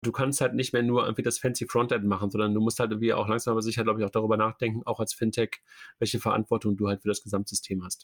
Du kannst halt nicht mehr nur irgendwie das fancy Frontend machen, sondern du musst halt irgendwie auch langsam aber sicher, glaube ich, auch darüber nachdenken, auch als Fintech, welche Verantwortung du halt für das Gesamtsystem hast.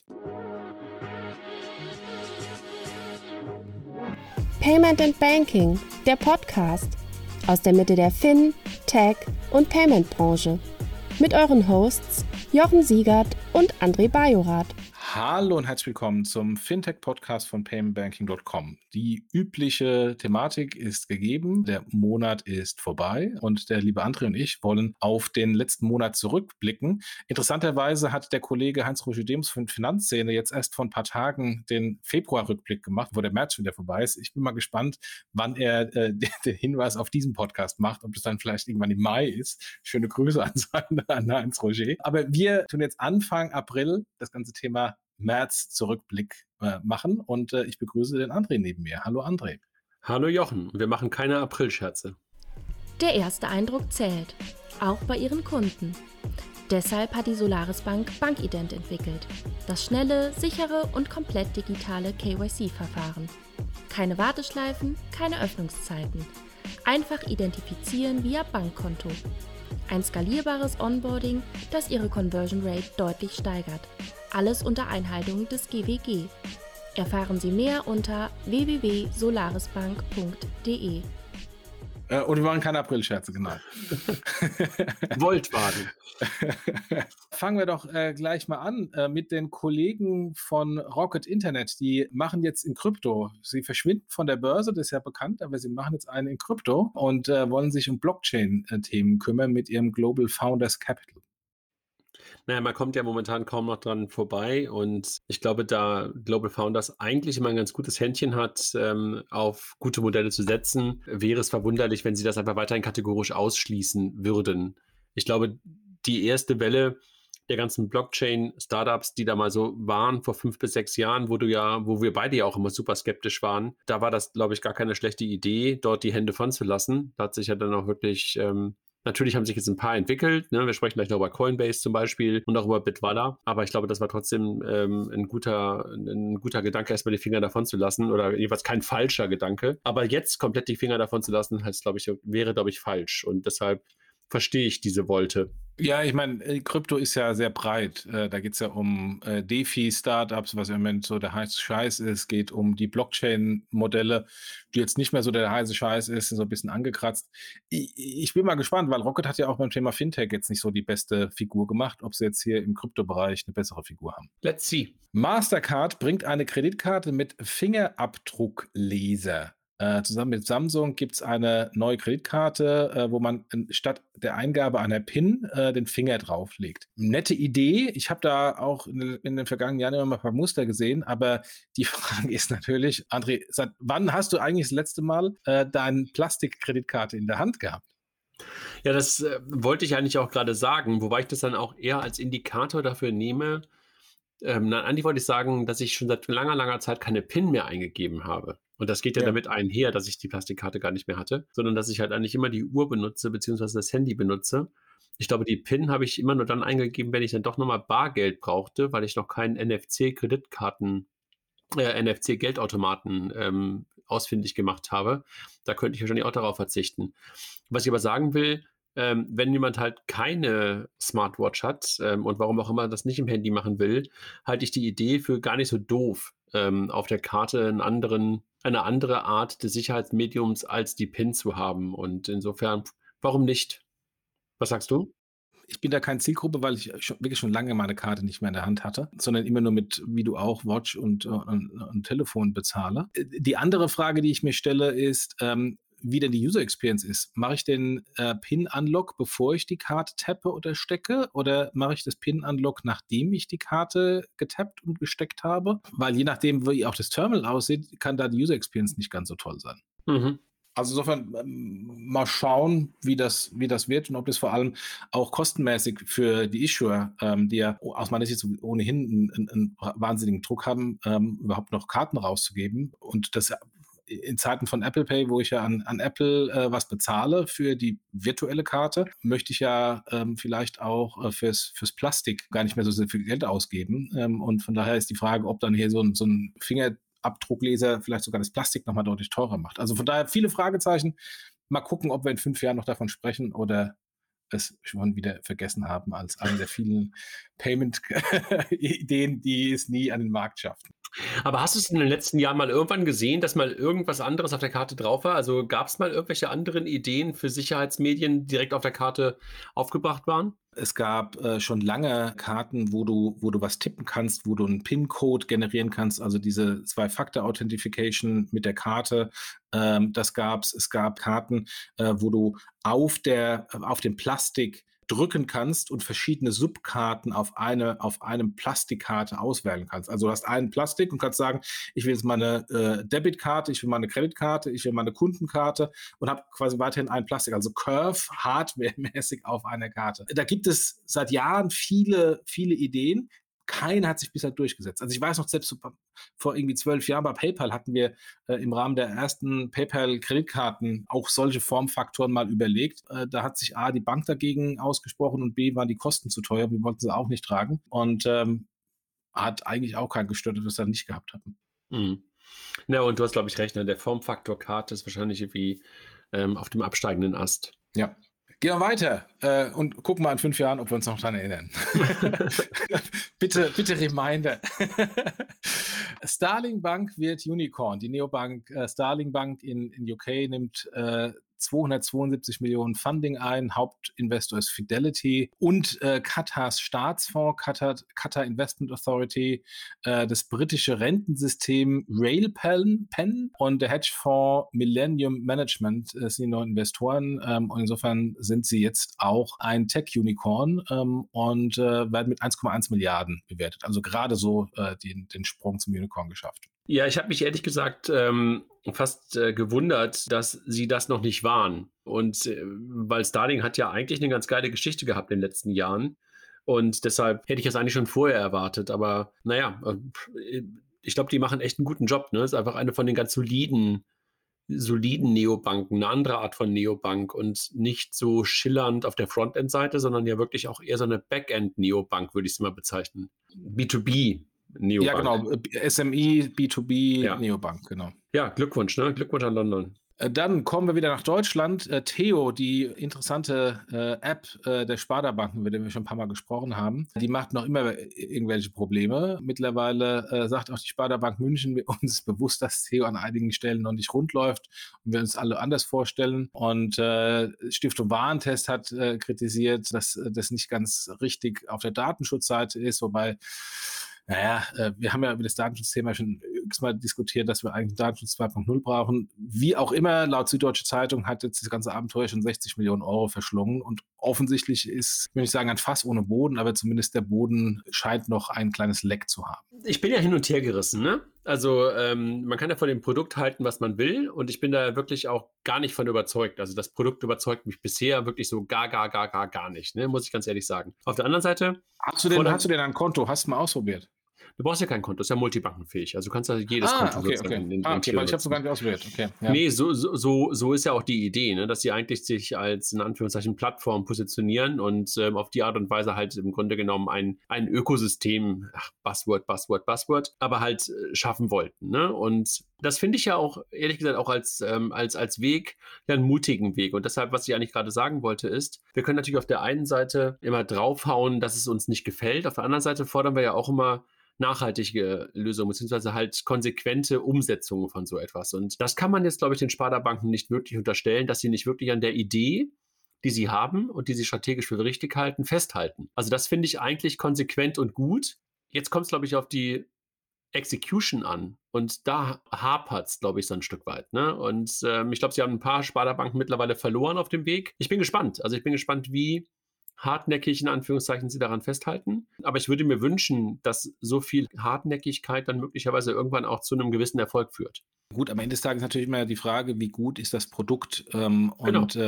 Payment and Banking, der Podcast aus der Mitte der Fin-, Tech- und Payment-Branche. Mit euren Hosts Jochen Siegert und André Bajorath. Hallo und herzlich willkommen zum Fintech-Podcast von paymentbanking.com. Die übliche Thematik ist gegeben, der Monat ist vorbei und der liebe André und ich wollen auf den letzten Monat zurückblicken. Interessanterweise hat der Kollege Heinz-Roger Demus von Finanzszene jetzt erst vor ein paar Tagen den Februar-Rückblick gemacht, wo der März wieder vorbei ist. Ich bin mal gespannt, wann er den Hinweis auf diesen Podcast macht, ob das dann vielleicht irgendwann im Mai ist. Schöne Grüße an Heinz-Roger. Aber wir tun jetzt Anfang April das ganze Thema März-Zurückblick machen und ich begrüße den André neben mir. Hallo André. Hallo Jochen, wir machen keine Aprilscherze. Der erste Eindruck zählt, auch bei ihren Kunden. Deshalb hat die Solaris Bank BankIdent entwickelt. Das schnelle, sichere und komplett digitale KYC-Verfahren. Keine Warteschleifen, keine Öffnungszeiten. Einfach identifizieren via Bankkonto. Ein skalierbares Onboarding, das Ihre Conversion Rate deutlich steigert. Alles unter Einhaltung des GWG. Erfahren Sie mehr unter www.solarisbank.de. Und wir machen keine Aprilscherze, genau. Wolltwagen. Fangen wir doch gleich mal an mit den Kollegen von Rocket Internet. Die machen jetzt in Krypto. Sie verschwinden von der Börse, das ist ja bekannt, aber sie machen jetzt einen in Krypto und wollen sich um Blockchain-Themen kümmern mit ihrem Global Founders Capital. Naja, man kommt ja momentan kaum noch dran vorbei und ich glaube, da Global Founders eigentlich immer ein ganz gutes Händchen hat, auf gute Modelle zu setzen, wäre es verwunderlich, wenn sie das einfach weiterhin kategorisch ausschließen würden. Ich glaube, die erste Welle der ganzen Blockchain-Startups, die da mal so waren vor 5 bis 6 Jahren, wo wir beide ja auch immer super skeptisch waren, da war das, glaube ich, gar keine schlechte Idee, dort die Hände von zu lassen. Da hat sich ja dann auch wirklich natürlich haben sich jetzt ein paar entwickelt. Ne? Wir sprechen gleich noch über Coinbase zum Beispiel und auch über Bitwala. Aber ich glaube, das war trotzdem ein guter Gedanke, erstmal die Finger davon zu lassen. Oder jedenfalls kein falscher Gedanke. Aber jetzt komplett die Finger davon zu lassen, wäre, glaube ich, falsch. Und deshalb verstehe ich diese Wolte. Ja, ich meine, Krypto ist ja sehr breit. Da geht es ja um DeFi-Startups, was im Moment so der heiße Scheiß ist. Geht um die Blockchain-Modelle, die jetzt nicht mehr so der heiße Scheiß ist, so ein bisschen angekratzt. Ich bin mal gespannt, weil Rocket hat ja auch beim Thema Fintech jetzt nicht so die beste Figur gemacht, ob sie jetzt hier im Kryptobereich eine bessere Figur haben. Let's see. Mastercard bringt eine Kreditkarte mit Fingerabdruckleser. Zusammen mit Samsung gibt es eine neue Kreditkarte, wo man statt der Eingabe einer PIN den Finger drauflegt. Nette Idee. Ich habe da auch in den vergangenen Jahren immer mal ein paar Muster gesehen, aber die Frage ist natürlich, André, seit wann hast du eigentlich das letzte Mal deine Plastikkreditkarte in der Hand gehabt? Ja, das wollte ich eigentlich auch gerade sagen, wobei ich das dann auch eher als Indikator dafür nehme. Eigentlich wollte ich sagen, dass ich schon seit langer, langer Zeit keine PIN mehr eingegeben habe. Und das geht ja damit einher, dass ich die Plastikkarte gar nicht mehr hatte, sondern dass ich halt eigentlich immer die Uhr benutze, beziehungsweise das Handy benutze. Ich glaube, die PIN habe ich immer nur dann eingegeben, wenn ich dann doch nochmal Bargeld brauchte, weil ich noch keinen NFC-Geldautomaten ausfindig gemacht habe. Da könnte ich wahrscheinlich auch darauf verzichten. Was ich aber sagen will, wenn jemand halt keine Smartwatch hat und warum auch immer das nicht im Handy machen will, halte ich die Idee für gar nicht so doof, auf der Karte eine andere Art des Sicherheitsmediums als die PIN zu haben. Und insofern, warum nicht? Was sagst du? Ich bin da keine Zielgruppe, weil ich wirklich schon lange meine Karte nicht mehr in der Hand hatte, sondern immer nur mit, wie du auch, Watch und Telefon bezahle. Die andere Frage, die ich mir stelle, ist, wie denn die User Experience ist. Mache ich den PIN-Unlock, bevor ich die Karte tappe oder stecke? Oder mache ich das PIN-Unlock, nachdem ich die Karte getappt und gesteckt habe? Weil je nachdem, wie auch das Terminal aussieht, kann da die User Experience nicht ganz so toll sein. Mhm. Also insofern mal schauen, wie das wird und ob das vor allem auch kostenmäßig für die Issuer, die ja aus meiner Sicht ohnehin einen wahnsinnigen Druck haben, überhaupt noch Karten rauszugeben. Und das in Zeiten von Apple Pay, wo ich ja an Apple was bezahle für die virtuelle Karte, möchte ich ja vielleicht auch fürs Plastik gar nicht mehr so viel Geld ausgeben. Und von daher ist die Frage, ob dann hier so ein Fingerabdruckleser vielleicht sogar das Plastik nochmal deutlich teurer macht. Also von daher viele Fragezeichen. Mal gucken, ob wir in 5 Jahren noch davon sprechen oder es schon wieder vergessen haben als eine der vielen Payment-Ideen, die es nie an den Markt schafft. Aber hast du es in den letzten Jahren mal irgendwann gesehen, dass mal irgendwas anderes auf der Karte drauf war? Also gab es mal irgendwelche anderen Ideen für Sicherheitsmedien, die direkt auf der Karte aufgebracht waren? Es gab schon lange Karten, wo du was tippen kannst, wo du einen PIN-Code generieren kannst, also diese Zwei-Faktor-Authentification mit der Karte. Das gab's. Es gab Karten, wo du auf dem Plastik drücken kannst und verschiedene Subkarten auf einem Plastikkarte auswählen kannst. Also du hast einen Plastik und kannst sagen, ich will jetzt mal eine Debitkarte, ich will mal eine Kreditkarte, ich will mal eine Kundenkarte und habe quasi weiterhin ein Plastik, also Curve, hardware-mäßig auf einer Karte. Da gibt es seit Jahren viele, viele Ideen. Keiner hat sich bisher durchgesetzt. Also ich weiß noch, selbst vor irgendwie 12 Jahren bei PayPal hatten wir im Rahmen der ersten PayPal-Kreditkarten auch solche Formfaktoren mal überlegt. Da hat sich A, die Bank dagegen ausgesprochen und B, waren die Kosten zu teuer. Wir wollten sie auch nicht tragen. Und hat eigentlich auch keinen gestört, dass wir es dann nicht gehabt hatten. Mhm. Na, und du hast, glaube ich, recht. Ne? Der Formfaktor Karte ist wahrscheinlich irgendwie auf dem absteigenden Ast. Ja. Gehen wir weiter und gucken mal in 5 Jahren, ob wir uns noch daran erinnern. bitte Reminder. Starling Bank wird Unicorn. Die Neobank Starling Bank in UK nimmt 272 Millionen Funding ein. Hauptinvestor ist Fidelity und Katars Staatsfonds, Qatar Investment Authority, das britische Rentensystem Railpen und der Hedgefonds Millennium Management sind die neuen Investoren. Und insofern sind sie jetzt auch ein Tech-Unicorn und werden mit 1,1 Milliarden bewertet. Also gerade so den Sprung zum Unicorn geschafft. Ja, ich habe mich ehrlich gesagt fast gewundert, dass sie das noch nicht waren. Und weil Starling hat ja eigentlich eine ganz geile Geschichte gehabt in den letzten Jahren. Und deshalb hätte ich das eigentlich schon vorher erwartet. Aber naja, ich glaube, die machen echt einen guten Job. Ne? Ist einfach eine von den ganz soliden Neobanken, eine andere Art von Neobank und nicht so schillernd auf der Frontend-Seite, sondern ja wirklich auch eher so eine Backend-Neobank, würde ich es mal bezeichnen. B2B. Neobank. Ja, genau. SME, B2B, ja. Neobank, genau. Ja, Glückwunsch, ne? Glückwunsch an London. Dann kommen wir wieder nach Deutschland. Theo, die interessante App der Sparda-Banken, über die wir schon ein paar Mal gesprochen haben, die macht noch immer irgendwelche Probleme. Mittlerweile sagt auch die Sparda-Bank München, uns ist bewusst, dass Theo an einigen Stellen noch nicht rund läuft und wir uns alle anders vorstellen. Und Stiftung Warentest hat kritisiert, dass das nicht ganz richtig auf der Datenschutzseite ist, wobei wir haben ja über das Datenschutzthema schon x-mal diskutiert, dass wir eigentlich Datenschutz 2.0 brauchen. Wie auch immer, laut Süddeutsche Zeitung hat jetzt das ganze Abenteuer schon 60 Millionen Euro verschlungen und offensichtlich ist, ich will nicht sagen ein Fass ohne Boden, aber zumindest der Boden scheint noch ein kleines Leck zu haben. Ich bin ja hin und her gerissen, ne? Also man kann ja von dem Produkt halten, was man will und ich bin da wirklich auch gar nicht von überzeugt. Also das Produkt überzeugt mich bisher wirklich so gar nicht, ne? Muss ich ganz ehrlich sagen. Auf der anderen Seite... Hast du denn ein Konto? Hast du mal ausprobiert? Du brauchst ja kein Konto, ist ja multibankenfähig. Also du kannst ja jedes Konto sozusagen in weil ich habe es gar nicht ausprobiert. Okay, ja. Nee, so ist ja auch die Idee, ne? Dass sie eigentlich sich als, in Anführungszeichen, Plattform positionieren und auf die Art und Weise halt im Grunde genommen ein Ökosystem, Buzzword, aber halt schaffen wollten. Ne? Und das finde ich ja auch, ehrlich gesagt, auch als Weg, ja, einen mutigen Weg. Und deshalb, was ich eigentlich gerade sagen wollte, ist, wir können natürlich auf der einen Seite immer draufhauen, dass es uns nicht gefällt. Auf der anderen Seite fordern wir ja auch immer nachhaltige Lösungen, beziehungsweise halt konsequente Umsetzungen von so etwas. Und das kann man jetzt, glaube ich, den Sparda-Banken nicht wirklich unterstellen, dass sie nicht wirklich an der Idee, die sie haben und die sie strategisch für richtig halten, festhalten. Also das finde ich eigentlich konsequent und gut. Jetzt kommt es, glaube ich, auf die Execution an. Und da hapert es, glaube ich, so ein Stück weit. Ne? Und ich glaube, sie haben ein paar Sparda-Banken mittlerweile verloren auf dem Weg. Ich bin gespannt. Also ich bin gespannt, wie hartnäckig in Anführungszeichen sie daran festhalten. Aber ich würde mir wünschen, dass so viel Hartnäckigkeit dann möglicherweise irgendwann auch zu einem gewissen Erfolg führt. Gut, am Ende des Tages natürlich immer die Frage, wie gut ist das Produkt? Genau. Und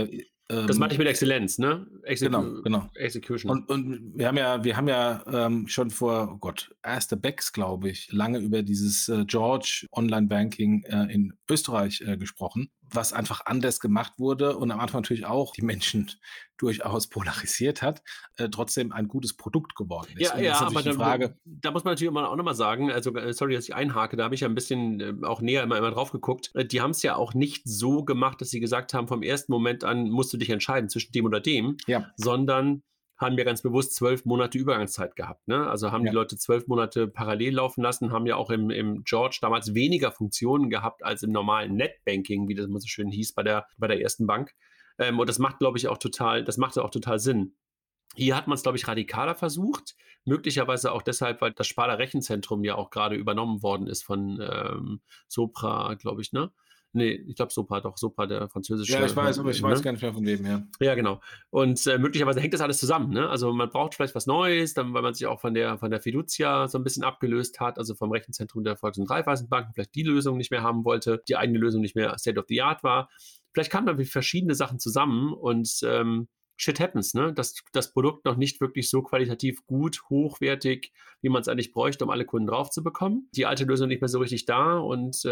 Das meine ich mit Exzellenz, ne? Genau. Execution. Und wir haben ja schon vor, oh Gott, erste Becks, glaube ich, lange über dieses George Online-Banking in Österreich gesprochen, was einfach anders gemacht wurde und am Anfang natürlich auch die Menschen durchaus polarisiert hat, trotzdem ein gutes Produkt geworden ist. Und Ja, das ist aber natürlich die Frage. da muss man natürlich auch nochmal sagen, also sorry, dass ich einhake, da habe ich ja ein bisschen auch näher immer drauf geguckt. Die haben es ja auch nicht so gemacht, dass sie gesagt haben, vom ersten Moment an musst du dich entscheiden zwischen dem oder dem, Ja. sondern haben ja ganz bewusst 12 Monate Übergangszeit gehabt. Ne? Also haben die Leute 12 Monate parallel laufen lassen, haben ja auch im George damals weniger Funktionen gehabt als im normalen Netbanking, wie das immer so schön hieß bei der ersten Bank. Und das macht, glaube ich, das machte auch total Sinn. Hier hat man es, glaube ich, radikaler versucht. Möglicherweise auch deshalb, weil das Sparer Rechenzentrum ja auch gerade übernommen worden ist von Sopra, glaube ich, ne? Nee, ich glaube Sopra, der französische. Ja, ich weiß, aber ich weiß gar nicht mehr von wem, ja. Ja, genau. Und möglicherweise hängt das alles zusammen, ne? Also man braucht vielleicht was Neues, dann, weil man sich auch von der Fiducia so ein bisschen abgelöst hat, also vom Rechenzentrum der Volks- und Raiffeisenbanken, vielleicht die Lösung nicht mehr haben wollte, die eigene Lösung nicht mehr State of the Art war. Vielleicht kamen dann verschiedene Sachen zusammen und shit happens, ne? Dass das Produkt noch nicht wirklich so qualitativ gut, hochwertig, wie man es eigentlich bräuchte, um alle Kunden drauf zu bekommen. Die alte Lösung nicht mehr so richtig da und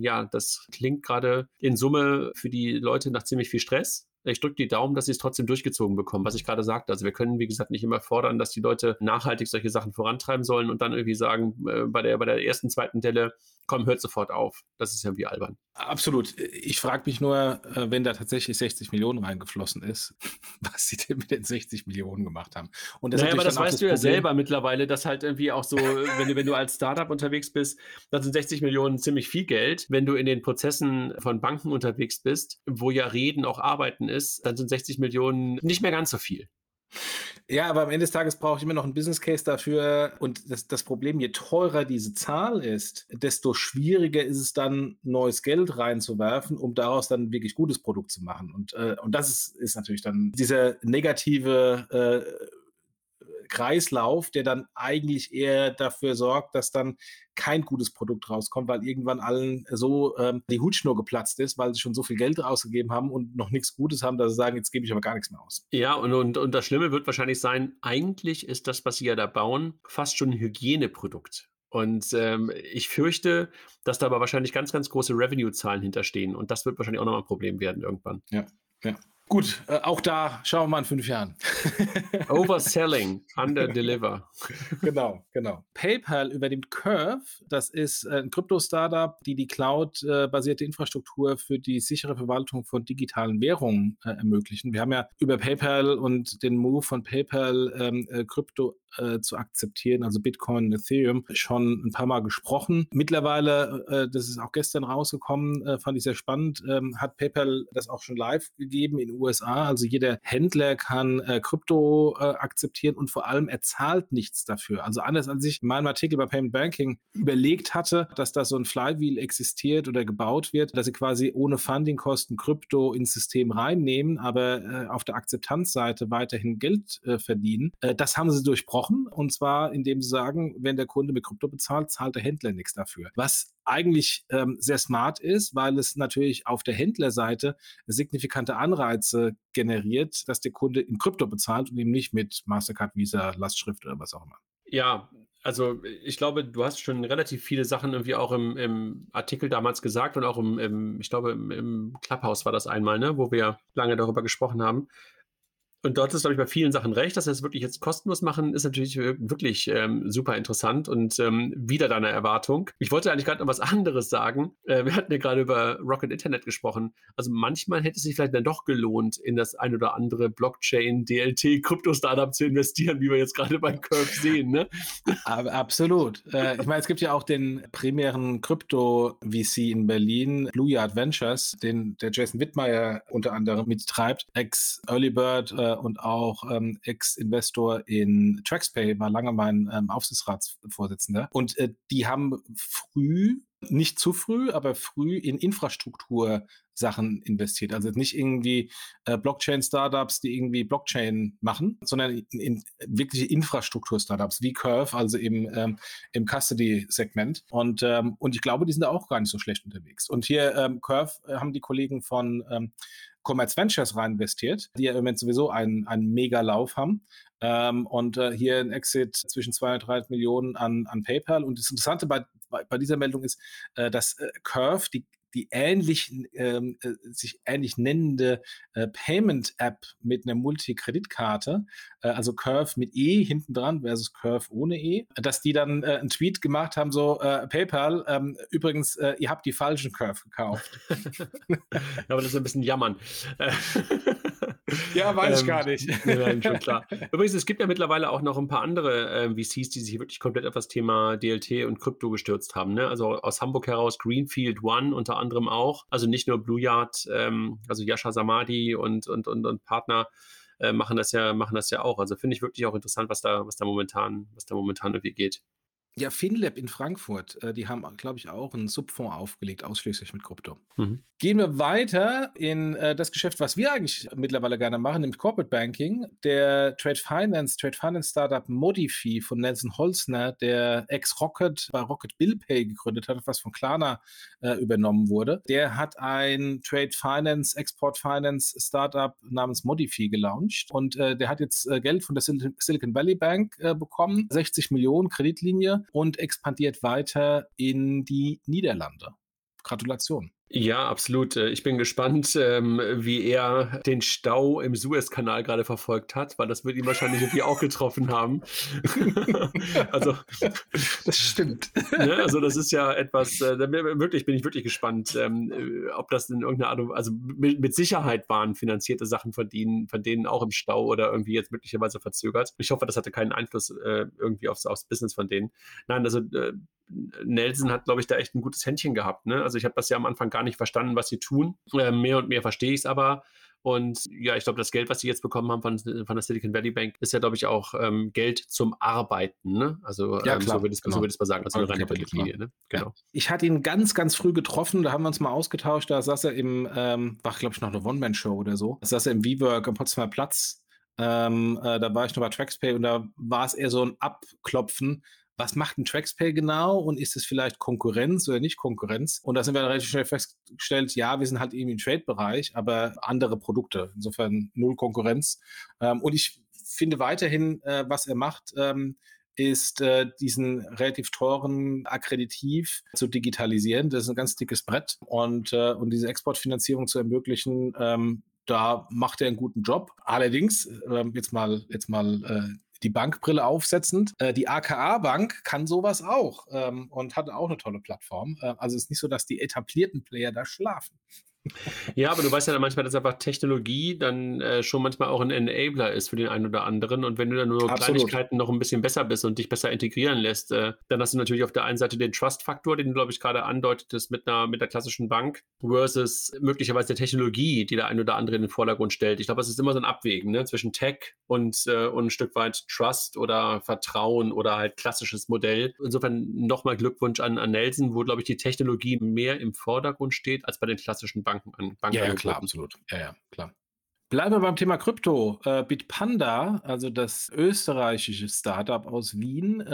das klingt gerade in Summe für die Leute nach ziemlich viel Stress. Ich drücke die Daumen, dass sie es trotzdem durchgezogen bekommen, was ich gerade sagte. Also wir können, wie gesagt, nicht immer fordern, dass die Leute nachhaltig solche Sachen vorantreiben sollen und dann irgendwie sagen, bei der ersten, zweiten Delle, komm, hört sofort auf. Das ist ja irgendwie albern. Absolut. Ich frage mich nur, wenn da tatsächlich 60 Millionen reingeflossen ist, was sie denn mit den 60 Millionen gemacht haben. Und das aber das weißt du ja Problem selber mittlerweile, dass halt irgendwie auch so, wenn du als Startup unterwegs bist, dann sind 60 Millionen ziemlich viel Geld. Wenn du in den Prozessen von Banken unterwegs bist, wo ja Reden auch Arbeiten ist, dann sind 60 Millionen nicht mehr ganz so viel. Ja, aber am Ende des Tages brauche ich immer noch einen Business Case dafür. Und das Problem, je teurer diese Zahl ist, desto schwieriger ist es dann, neues Geld reinzuwerfen, um daraus dann ein wirklich gutes Produkt zu machen. Und das ist natürlich dann dieser negative Kreislauf, der dann eigentlich eher dafür sorgt, dass dann kein gutes Produkt rauskommt, weil irgendwann allen so die Hutschnur geplatzt ist, weil sie schon so viel Geld ausgegeben haben und noch nichts Gutes haben, dass sie sagen, jetzt gebe ich aber gar nichts mehr aus. Ja, und das Schlimme wird wahrscheinlich sein, eigentlich ist das, was sie ja da bauen, fast schon ein Hygieneprodukt. Und ich fürchte, dass da aber wahrscheinlich ganz, ganz große Revenue-Zahlen hinterstehen. Und das wird wahrscheinlich auch nochmal ein Problem werden irgendwann. Ja. Gut, auch da schauen wir mal in 5 Jahren. Overselling, under-deliver. Genau. PayPal übernimmt Curve. Das ist ein Krypto-Startup, die Cloud-basierte Infrastruktur für die sichere Verwaltung von digitalen Währungen ermöglichen. Wir haben ja über PayPal und den Move von PayPal Krypto zu akzeptieren, also Bitcoin und Ethereum, schon ein paar Mal gesprochen. Mittlerweile, das ist auch gestern rausgekommen, fand ich sehr spannend, hat PayPal das auch schon live gegeben in den USA. Also jeder Händler kann Krypto akzeptieren und vor allem er zahlt nichts dafür. Also anders als ich in meinem Artikel bei Payment Banking überlegt hatte, dass da so ein Flywheel existiert oder gebaut wird, dass sie quasi ohne Fundingkosten Krypto ins System reinnehmen, aber auf der Akzeptanzseite weiterhin Geld verdienen. Das haben sie durchbrochen. Und zwar, indem sie sagen, wenn der Kunde mit Krypto bezahlt, zahlt der Händler nichts dafür. Was eigentlich sehr smart ist, weil es natürlich auf der Händlerseite signifikante Anreize generiert, dass der Kunde in Krypto bezahlt und eben nicht mit Mastercard, Visa, Lastschrift oder was auch immer. Ja, also ich glaube, du hast schon relativ viele Sachen irgendwie auch im Artikel damals gesagt und auch ich glaube, im Clubhouse war das einmal, ne, wo wir lange darüber gesprochen haben. Und dort ist, glaube ich, bei vielen Sachen recht, dass wir es wirklich jetzt kostenlos machen, ist natürlich wirklich super interessant und wieder deine Erwartung. Ich wollte eigentlich gerade noch was anderes sagen. Wir hatten ja gerade über Rocket Internet gesprochen. Also manchmal hätte es sich vielleicht dann doch gelohnt, in das ein oder andere Blockchain, DLT, Krypto-Startup zu investieren, wie wir jetzt gerade beim Curve sehen, ne? Aber absolut. Ich meine, es gibt ja auch den primären Krypto-VC in Berlin, Blue Yard Ventures, den der Jason Wittmeier unter anderem mittreibt, Ex-Early Bird und auch Ex-Investor in TraxPay, war lange mein Aufsichtsratsvorsitzender. Und die haben nicht zu früh, aber früh in Infrastruktursachen investiert. Also nicht irgendwie Blockchain-Startups, die irgendwie Blockchain machen, sondern in wirkliche Infrastruktur-Startups wie Curve, also im Custody-Segment. Und ich glaube, die sind da auch gar nicht so schlecht unterwegs. Und hier Curve haben die Kollegen von Commerz Ventures rein investiert, die ja im Moment sowieso einen Mega-Lauf haben. Und hier ein Exit zwischen 2 und 3 Millionen an PayPal. Und das Interessante bei dieser Meldung ist, dass Curve, die sich ähnlich nennende Payment-App mit einer Multikreditkarte, also Curve mit E hinten dran versus Curve ohne E, dass die dann einen Tweet gemacht haben, so PayPal, übrigens, ihr habt die falschen Curve gekauft. Ja, aber das ist ein bisschen jammern. Ja, weiß ich gar nicht. Nein, schon klar. Übrigens, es gibt ja mittlerweile auch noch ein paar andere VCs, die sich wirklich komplett auf das Thema DLT und Krypto gestürzt haben. Ne? Also aus Hamburg heraus Greenfield One unter anderem auch. Also nicht nur Blue Yard, also Yasha Samadi und Partner machen das ja auch. Also finde ich wirklich auch interessant, was da momentan irgendwie geht. Ja, FinLab in Frankfurt, die haben, glaube ich, auch einen Subfonds aufgelegt, ausschließlich mit Krypto. Gehen wir weiter in das Geschäft, was wir eigentlich mittlerweile gerne machen, nämlich Corporate Banking. Der Trade Finance Startup Modify von Nelson Holzner, der ex-Rocket bei Rocket Bill Pay gegründet hat, was von Klarna übernommen wurde, der hat ein Trade Finance, Export Finance Startup namens Modify gelauncht und der hat jetzt Geld von der Silicon Valley Bank bekommen, 60 Millionen Kreditlinie, und expandiert weiter in die Niederlande. Gratulation. Ja, absolut. Ich bin gespannt, wie er den Stau im Suezkanal gerade verfolgt hat, weil das wird ihn wahrscheinlich irgendwie auch getroffen haben. Also, das stimmt. Ne, also das ist ja etwas, bin ich wirklich gespannt, ob das in irgendeiner Art und Weise, also mit Sicherheit waren finanzierte Sachen von denen auch im Stau oder irgendwie jetzt möglicherweise verzögert. Ich hoffe, das hatte keinen Einfluss irgendwie aufs Business von denen. Nein, also Nelson hat, glaube ich, da echt ein gutes Händchen gehabt. Ne? Also ich habe das ja am Anfang gar nicht verstanden, was sie tun. Mehr und mehr verstehe ich es aber. Und ja, ich glaube, das Geld, was sie jetzt bekommen haben von der Silicon Valley Bank, ist ja, glaube ich, auch Geld zum Arbeiten. Ne? Also ja, klar, so würde ich es mal sagen, also eine reine Kreditlinie. Ne? Genau. Ja. Ich hatte ihn ganz, ganz früh getroffen, da haben wir uns mal ausgetauscht, da saß er war glaube ich noch eine One-Man-Show oder so, da saß er im WeWork am Potsdamer Platz, da war ich noch bei TraxPay und da war es eher so ein Abklopfen. Was macht ein TraxPay genau und ist es vielleicht Konkurrenz oder nicht Konkurrenz? Und da sind wir relativ schnell festgestellt, ja, wir sind halt irgendwie im Trade-Bereich, aber andere Produkte. Insofern null Konkurrenz. Und ich finde weiterhin, was er macht, ist diesen relativ teuren Akkreditiv zu digitalisieren. Das ist ein ganz dickes Brett. Und diese Exportfinanzierung zu ermöglichen, da macht er einen guten Job. Allerdings, jetzt mal die Bankbrille aufsetzend. Die AKA-Bank kann sowas auch und hat auch eine tolle Plattform. Also es ist nicht so, dass die etablierten Player da schlafen. Ja, aber du weißt ja dann manchmal, dass einfach Technologie dann schon manchmal auch ein Enabler ist für den einen oder anderen. Und wenn du dann nur Kleinigkeiten noch ein bisschen besser bist und dich besser integrieren lässt, dann hast du natürlich auf der einen Seite den Trust-Faktor, den du, glaube ich, gerade andeutetest mit der klassischen Bank, versus möglicherweise der Technologie, die der ein oder andere in den Vordergrund stellt. Ich glaube, es ist immer so ein Abwägen, ne, zwischen Tech und ein Stück weit Trust oder Vertrauen oder halt klassisches Modell. Insofern nochmal Glückwunsch an Nelson, wo, glaube ich, die Technologie mehr im Vordergrund steht als bei den klassischen Banken. Ja, klar, absolut. Ja, klar. Bleiben wir beim Thema Krypto. Bitpanda, also das österreichische Startup aus Wien,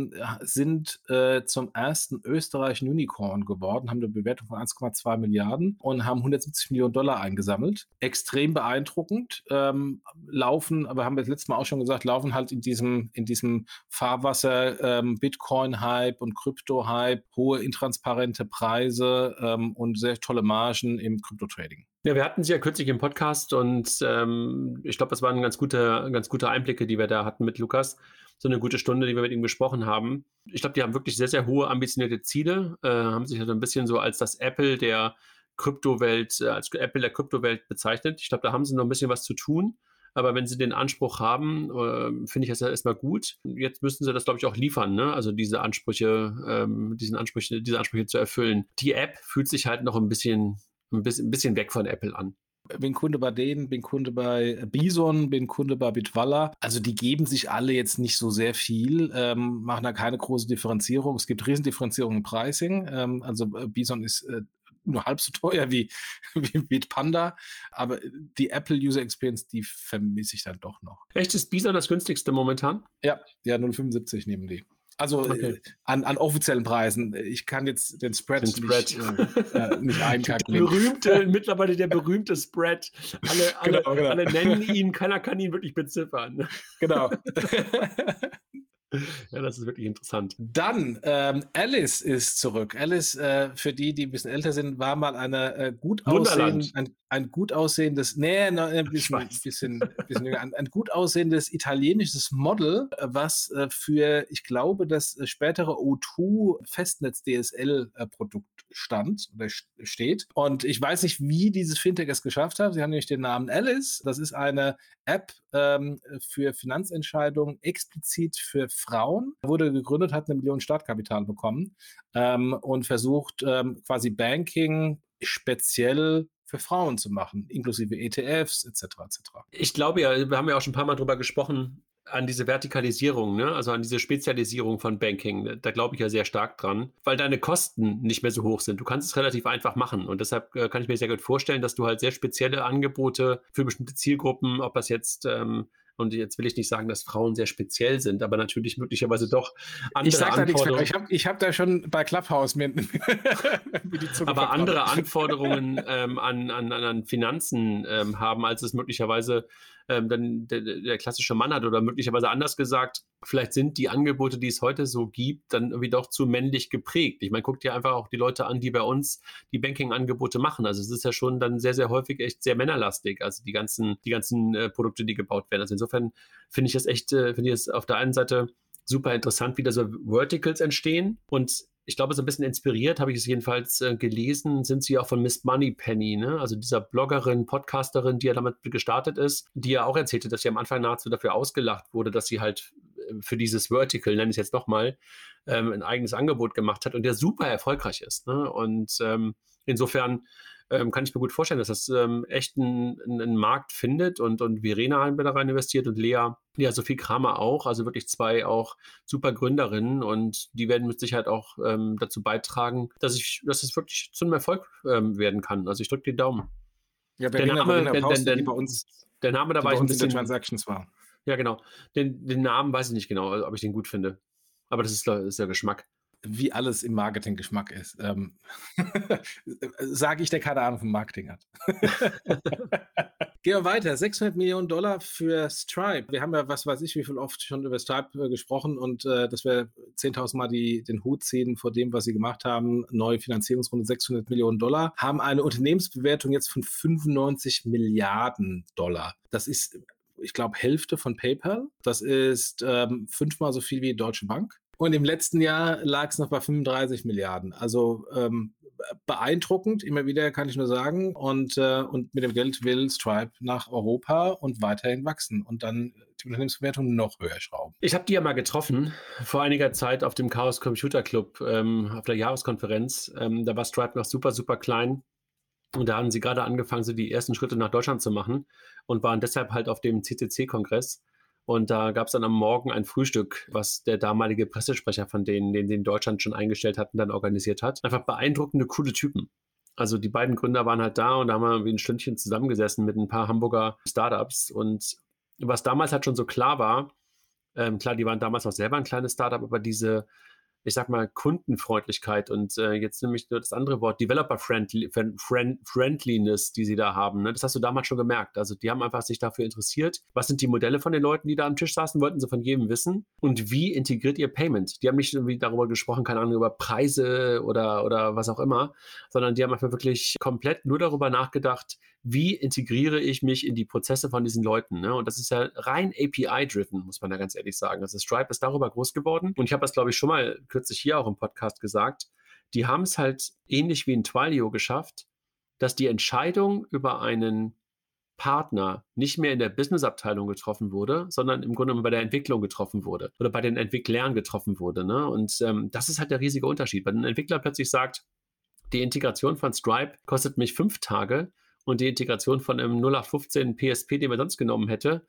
sind zum ersten österreichischen Unicorn geworden, haben eine Bewertung von 1,2 Milliarden und haben 170 Millionen Dollar eingesammelt. Extrem beeindruckend. Laufen, aber haben wir das letzte Mal auch schon gesagt, laufen halt in diesem Fahrwasser Bitcoin-Hype und Krypto-Hype, hohe intransparente Preise und sehr tolle Margen im Krypto-Trading. Ja, wir hatten sie ja kürzlich im Podcast und ich glaube, das waren ganz gute Einblicke, die wir da hatten mit Lukas. So eine gute Stunde, die wir mit ihm gesprochen haben. Ich glaube, die haben wirklich sehr, sehr hohe ambitionierte Ziele, haben sich also ein bisschen so als das Apple der Kryptowelt, bezeichnet. Ich glaube, da haben sie noch ein bisschen was zu tun. Aber wenn sie den Anspruch haben, finde ich das ja erstmal gut. Jetzt müssen sie das, glaube ich, auch liefern, ne? Also diese Ansprüche zu erfüllen. Die App fühlt sich halt noch ein bisschen weg von Apple an. Bin Kunde bei denen, bin Kunde bei Bison, bin Kunde bei Bitwalla. Also die geben sich alle jetzt nicht so sehr viel, machen da keine große Differenzierung. Es gibt Riesendifferenzierung im Pricing. Also Bison ist nur halb so teuer wie Bitpanda. Aber die Apple User Experience, die vermisse ich dann doch noch. Echt, ist Bison das günstigste momentan? Ja, 0,75 nehmen die. Also Okay. an offiziellen Preisen. Ich kann jetzt den Spread, nicht einkalkulieren. Mittlerweile der berühmte Spread. Genau. Alle nennen ihn, keiner kann ihn wirklich beziffern. Genau. Ja, das ist wirklich interessant. Dann, Alice ist zurück. Alice, für die ein bisschen älter sind, war mal ein gut aussehendes, bisschen jünger, ein gut aussehendes italienisches Model, was für, ich glaube, das spätere O2 Festnetz-DSL-Produkt stand oder steht. Und ich weiß nicht, wie dieses Fintech es geschafft hat. Sie haben nämlich den Namen Alice. Das ist eine App für Finanzentscheidungen explizit für Frauen. Wurde gegründet, hat 1 Million Startkapital bekommen und versucht quasi Banking speziell für Frauen zu machen, inklusive ETFs etc. etc. Ich glaube ja, wir haben ja auch schon ein paar Mal drüber gesprochen, an diese Vertikalisierung, ne? Also an diese Spezialisierung von Banking. Da glaube ich ja sehr stark dran, weil deine Kosten nicht mehr so hoch sind. Du kannst es relativ einfach machen und deshalb kann ich mir sehr gut vorstellen, dass du halt sehr spezielle Angebote für bestimmte Zielgruppen, ob das jetzt und jetzt will ich nicht sagen, dass Frauen sehr speziell sind, aber natürlich möglicherweise doch andere ich sag da Anforderungen. Nichts mehr. Ich hab da schon bei Clubhouse mir die Zunge aber verkraut. andere Anforderungen an Finanzen haben, als es möglicherweise dann der klassische Mann hat oder möglicherweise anders gesagt, vielleicht sind die Angebote, die es heute so gibt, dann irgendwie doch zu männlich geprägt. Ich meine, guck dir einfach auch die Leute an, die bei uns die Banking-Angebote machen. Also es ist ja schon dann sehr, sehr häufig echt sehr männerlastig, also die ganzen Produkte, die gebaut werden. Also insofern finde ich es auf der einen Seite super interessant, wie da so Verticals entstehen und ich glaube, so ein bisschen inspiriert, habe ich es jedenfalls gelesen, sind sie auch von Miss Moneypenny, ne? Also dieser Bloggerin, Podcasterin, die ja damit gestartet ist, die ja auch erzählte, dass sie am Anfang nahezu dafür ausgelacht wurde, dass sie halt für dieses Vertical, nenne ich es jetzt nochmal, ein eigenes Angebot gemacht hat und der super erfolgreich ist. Ne? Und insofern kann ich mir gut vorstellen, dass das echt einen Markt findet und Verena haben wir da rein investiert und Lea Sophie Kramer auch, also wirklich 2 auch super Gründerinnen und die werden mit Sicherheit auch dazu beitragen, dass es wirklich zu einem Erfolg werden kann. Also ich drücke die Daumen. Ja, Verena Pauster, die bei uns der Name, da war ich ein bisschen in der Transactions war. Ja, genau. Den Namen weiß ich nicht genau, ob ich den gut finde. Aber das ist der Geschmack. Wie alles im Marketing Geschmack ist. Sage ich, der keine Ahnung vom Marketing hat. Gehen wir weiter. $600 Millionen für Stripe. Wir haben ja, was weiß ich, wie viel oft schon über Stripe gesprochen und dass wir 10.000 Mal den Hut ziehen vor dem, was sie gemacht haben. Neue Finanzierungsrunde, $600 Millionen. Haben eine Unternehmensbewertung jetzt von $95 Milliarden. Das ist, ich glaube, Hälfte von PayPal. Das ist 5-mal so viel wie Deutsche Bank. Und im letzten Jahr lag es noch bei 35 Milliarden. Also beeindruckend, immer wieder kann ich nur sagen. Und mit dem Geld will Stripe nach Europa und weiterhin wachsen und dann die Unternehmensbewertung noch höher schrauben. Ich habe die ja mal getroffen, vor einiger Zeit auf dem Chaos Computer Club, auf der Jahreskonferenz. Da war Stripe noch super, super klein. Und da haben sie gerade angefangen, so die ersten Schritte nach Deutschland zu machen und waren deshalb halt auf dem CCC-Kongress. Und da gab es dann am Morgen ein Frühstück, was der damalige Pressesprecher von denen, den sie in Deutschland schon eingestellt hatten, dann organisiert hat. Einfach beeindruckende, coole Typen. Also die beiden Gründer waren halt da und da haben wir irgendwie ein Stündchen zusammengesessen mit ein paar Hamburger Startups. Und was damals halt schon so klar war, klar, die waren damals auch selber ein kleines Startup, aber diese, ich sag mal, Kundenfreundlichkeit und jetzt nämlich nur das andere Wort, Developer-Friendliness, die sie da haben. Ne? Das hast du damals schon gemerkt. Also die haben einfach sich dafür interessiert. Was sind die Modelle von den Leuten, die da am Tisch saßen, wollten sie von jedem wissen. Und wie integriert ihr Payment? Die haben nicht irgendwie darüber gesprochen, keine Ahnung, über Preise oder was auch immer, sondern die haben einfach wirklich komplett nur darüber nachgedacht, wie integriere ich mich in die Prozesse von diesen Leuten. Ne? Und das ist ja rein API-driven, muss man da ganz ehrlich sagen. Also Stripe ist darüber groß geworden. Und ich habe das, glaube ich, schon mal kürzlich hier auch im Podcast gesagt. Die haben es halt ähnlich wie in Twilio geschafft, dass die Entscheidung über einen Partner nicht mehr in der Business-Abteilung getroffen wurde, sondern im Grunde bei der Entwicklung getroffen wurde oder bei den Entwicklern getroffen wurde. Ne? Und das ist halt der riesige Unterschied. Wenn ein Entwickler plötzlich sagt, die Integration von Stripe kostet mich 5 Tage, und die Integration von einem 0815 PSP, den man sonst genommen hätte,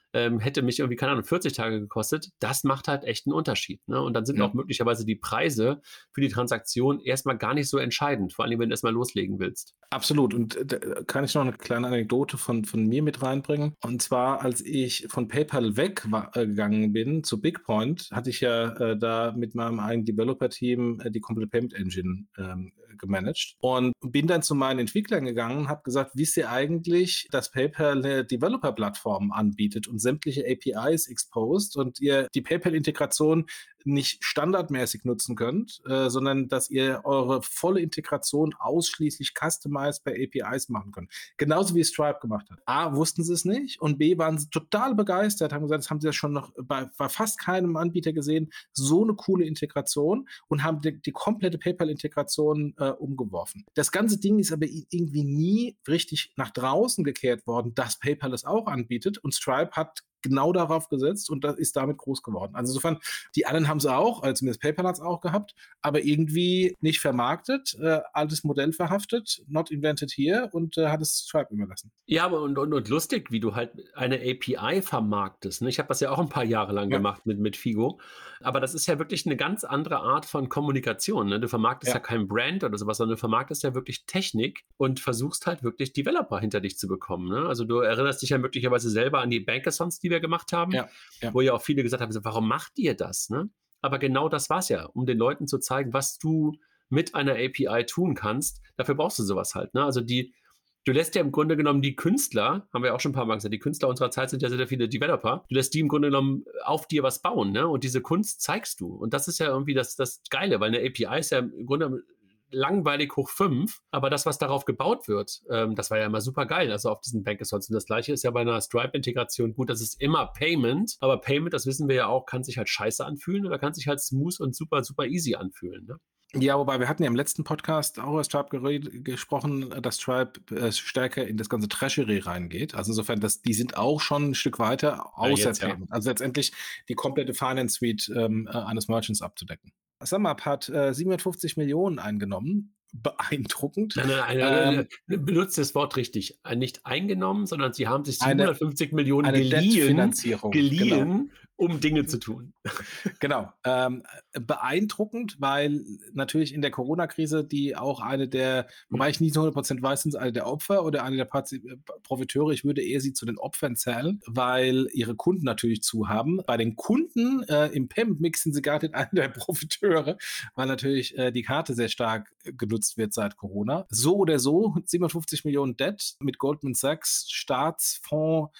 hätte mich irgendwie, keine Ahnung, 40 Tage gekostet. Das macht halt echt einen Unterschied. Ne? Und dann sind auch möglicherweise die Preise für die Transaktion erstmal gar nicht so entscheidend, vor allem, wenn du erstmal loslegen willst. Absolut. Und da kann ich noch eine kleine Anekdote von mir mit reinbringen. Und zwar, als ich von PayPal weggegangen bin zu BigPoint, hatte ich ja da mit meinem eigenen Developer-Team die komplette Payment Engine gemanagt und bin dann zu meinen Entwicklern gegangen und habe gesagt, wisst ihr eigentlich, dass PayPal eine Developer-Plattform anbietet und sämtliche APIs exposed und ihr die PayPal-Integration nicht standardmäßig nutzen könnt, sondern dass ihr eure volle Integration ausschließlich customized per APIs machen könnt. Genauso wie Stripe gemacht hat. A, wussten sie es nicht und B, waren sie total begeistert, haben gesagt, das haben sie ja schon noch bei fast keinem Anbieter gesehen, so eine coole Integration und haben die komplette PayPal-Integration umgeworfen. Das ganze Ding ist aber irgendwie nie richtig nach draußen gekehrt worden, dass PayPal es auch anbietet und Stripe hat genau darauf gesetzt und das ist damit groß geworden. Also insofern, die anderen haben es auch, also zumindest PayPal hat es auch gehabt, aber irgendwie nicht vermarktet, altes Modell verhaftet, not invented here und hat es Stripe überlassen. Ja, aber und lustig, wie du halt eine API vermarktest. Ne? Ich habe das ja auch ein paar Jahre lang gemacht mit Figo, aber das ist ja wirklich eine ganz andere Art von Kommunikation. Ne? Du vermarktest ja kein Brand oder sowas, sondern du vermarktest ja wirklich Technik und versuchst halt wirklich Developer hinter dich zu bekommen. Ne? Also du erinnerst dich ja möglicherweise selber an die Bankathons, die wir gemacht haben, wo ja auch viele gesagt haben, warum macht ihr das? Ne? Aber genau das war es ja, um den Leuten zu zeigen, was du mit einer API tun kannst. Dafür brauchst du sowas halt. Ne? Also du lässt ja im Grunde genommen die Künstler, haben wir auch schon ein paar Mal gesagt, die Künstler unserer Zeit sind ja sehr, sehr viele Developer, du lässt die im Grunde genommen auf dir was bauen, ne? Und diese Kunst zeigst du. Und das ist ja irgendwie das Geile, weil eine API ist ja im Grunde genommen langweilig hoch 5, aber das, was darauf gebaut wird, das war ja immer super geil, also auf diesen Bankathons. Und das Gleiche ist ja bei einer Stripe-Integration gut, das ist immer Payment, aber Payment, das wissen wir ja auch, kann sich halt scheiße anfühlen oder kann sich halt smooth und super, super easy anfühlen, ne? Ja, wobei wir hatten ja im letzten Podcast auch über Stripe gesprochen, dass Stripe stärker in das ganze Treasury reingeht. Also insofern, die sind auch schon ein Stück weiter außer Payment. Also letztendlich die komplette Finance Suite eines Merchants abzudecken. SumUp hat 750 Millionen eingenommen. Beeindruckend. Nein, benutzt das Wort richtig. Nicht eingenommen, sondern sie haben sich 750 Millionen geliehen, genau, um Dinge zu tun. Genau. Beeindruckend, weil natürlich in der Corona-Krise die auch eine der, wobei ich nie zu 100% weiß, sind es eine der Opfer oder eine der Profiteure, ich würde eher sie zu den Opfern zählen, weil ihre Kunden natürlich zu haben. Bei den Kunden im Payment-Mix sind sie gar nicht einer der Profiteure, weil natürlich die Karte sehr stark genutzt wird seit Corona. So oder so, 57 Millionen Debt mit Goldman Sachs, Staatsfonds,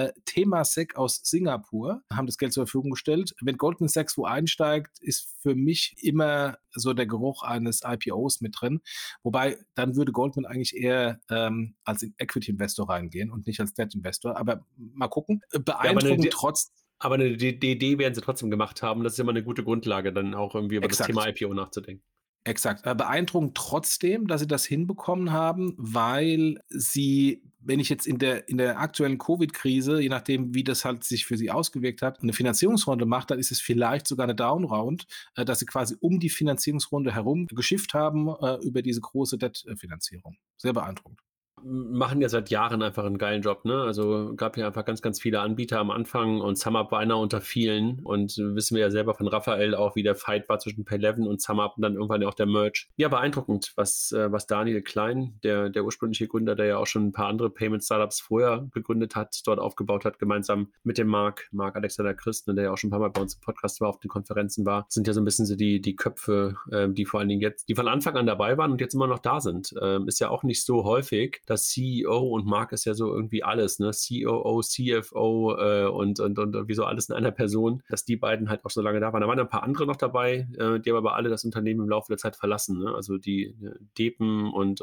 Temasek aus Singapur haben das Geld zur Verfügung gestellt. Wenn Goldman Sachs wo einsteigt, ist für mich immer so der Geruch eines IPOs mit drin. Wobei, dann würde Goldman eigentlich eher als Equity-Investor reingehen und nicht als Debt-Investor. Aber mal gucken. Beeindruckend aber eine Idee werden sie trotzdem gemacht haben. Das ist immer eine gute Grundlage, dann auch irgendwie über das Thema IPO nachzudenken. Exakt. Beeindruckend trotzdem, dass sie das hinbekommen haben, weil sie, wenn ich jetzt in der aktuellen Covid-Krise, je nachdem, wie das halt sich für sie ausgewirkt hat, eine Finanzierungsrunde macht, dann ist es vielleicht sogar eine Down-Round, dass sie quasi um die Finanzierungsrunde herum geschifft haben über diese große Debt-Finanzierung. Sehr beeindruckend. Machen ja seit Jahren einfach einen geilen Job, ne? Also gab ja einfach ganz, ganz viele Anbieter am Anfang und SumUp war einer unter vielen und wissen wir ja selber von Raphael auch, wie der Fight war zwischen Pay11 und SumUp und dann irgendwann auch der Merge. Ja, beeindruckend, was Daniel Klein, der ursprüngliche Gründer, der ja auch schon ein paar andere Payment-Startups vorher gegründet hat, dort aufgebaut hat, gemeinsam mit dem Marc Alexander Christ, der ja auch schon ein paar Mal bei uns im Podcast war, auf den Konferenzen war, sind ja so ein bisschen so die Köpfe, die vor allen Dingen jetzt, die von Anfang an dabei waren und jetzt immer noch da sind. Ist ja auch nicht so häufig, dass CEO und Marc ist ja so irgendwie alles, ne? COO, CFO und wie so alles in einer Person, dass die beiden halt auch so lange da waren. Da waren ein paar andere noch dabei, die haben aber alle das Unternehmen im Laufe der Zeit verlassen, ne? Also die Depen und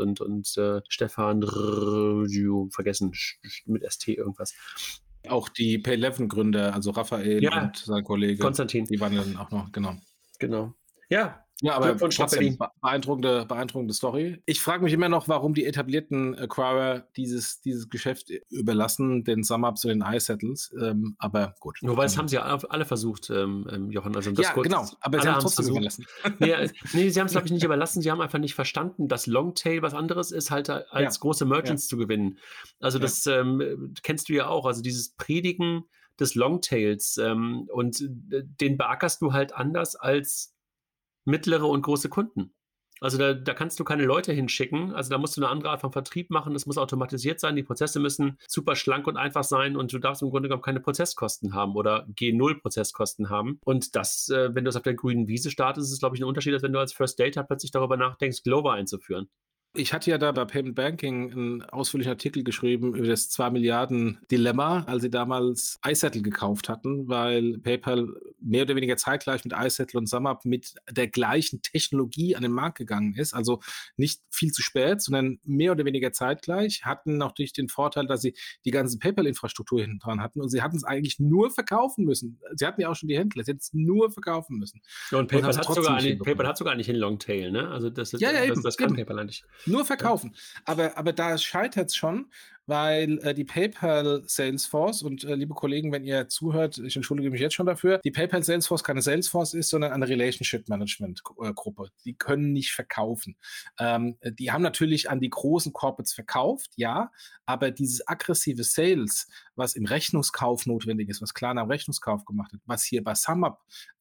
Stefan vergessen, mit ST irgendwas. Auch die Pay11-Gründer, also Raphael und sein Kollege. Konstantin. Die waren dann auch noch, genau. Genau. Ja, Ja, aber Glückwunsch nach trotzdem Berlin. beeindruckende Story. Ich frage mich immer noch, warum die etablierten Acquirer dieses Geschäft überlassen, den SumUps und den iSettles. Aber gut. Nur weil das haben sie ja alle versucht, Jochen. Also um das Ja, genau. kurz, Aber sie alle haben es haben es trotzdem versucht. überlassen. Nee, sie haben es, glaube ich, nicht überlassen. Sie haben einfach nicht verstanden, dass Longtail was anderes ist, halt als Ja, große ja, Merchants zu gewinnen. Also ja. das kennst du ja auch. Also dieses Predigen des Longtails und den beackerst du halt anders als mittlere und große Kunden. Also da kannst du keine Leute hinschicken. Also da musst du eine andere Art von Vertrieb machen. Das muss automatisiert sein. Die Prozesse müssen super schlank und einfach sein und du darfst im Grunde genommen keine Prozesskosten haben oder G0 Prozesskosten haben. Und das, wenn du es auf der grünen Wiese startest, ist es, glaube ich, ein Unterschied, als wenn du als First Data plötzlich darüber nachdenkst, Glover einzuführen. Ich hatte ja da bei Payment Banking einen ausführlichen Artikel geschrieben über das 2 Milliarden Dilemma, als sie damals iSettle gekauft hatten, weil PayPal mehr oder weniger zeitgleich mit iSettle und SumUp mit der gleichen Technologie an den Markt gegangen ist. Also nicht viel zu spät, sondern mehr oder weniger zeitgleich, hatten natürlich den Vorteil, dass sie die ganze PayPal-Infrastruktur hinten dran hatten und sie hatten es eigentlich nur verkaufen müssen. Sie hatten ja auch schon die Händler, sie hätten es nur verkaufen müssen. Und Und haben PayPal es hat trotzdem sogar nicht PayPal hinbekommen. hat sogar nicht einen Longtail, ne? Also das Ja, das kann eben. PayPal eigentlich. Nur verkaufen. Aber da scheitert es schon, weil die PayPal Salesforce und liebe Kollegen, wenn ihr zuhört, ich entschuldige mich jetzt schon dafür, die PayPal Salesforce keine Salesforce ist, sondern eine Relationship Management Gruppe. Die können nicht verkaufen. Die haben natürlich an die großen Corporates verkauft, ja, aber dieses aggressive Sales, was im Rechnungskauf notwendig ist, was Klarna im Rechnungskauf gemacht hat, was hier bei SumUp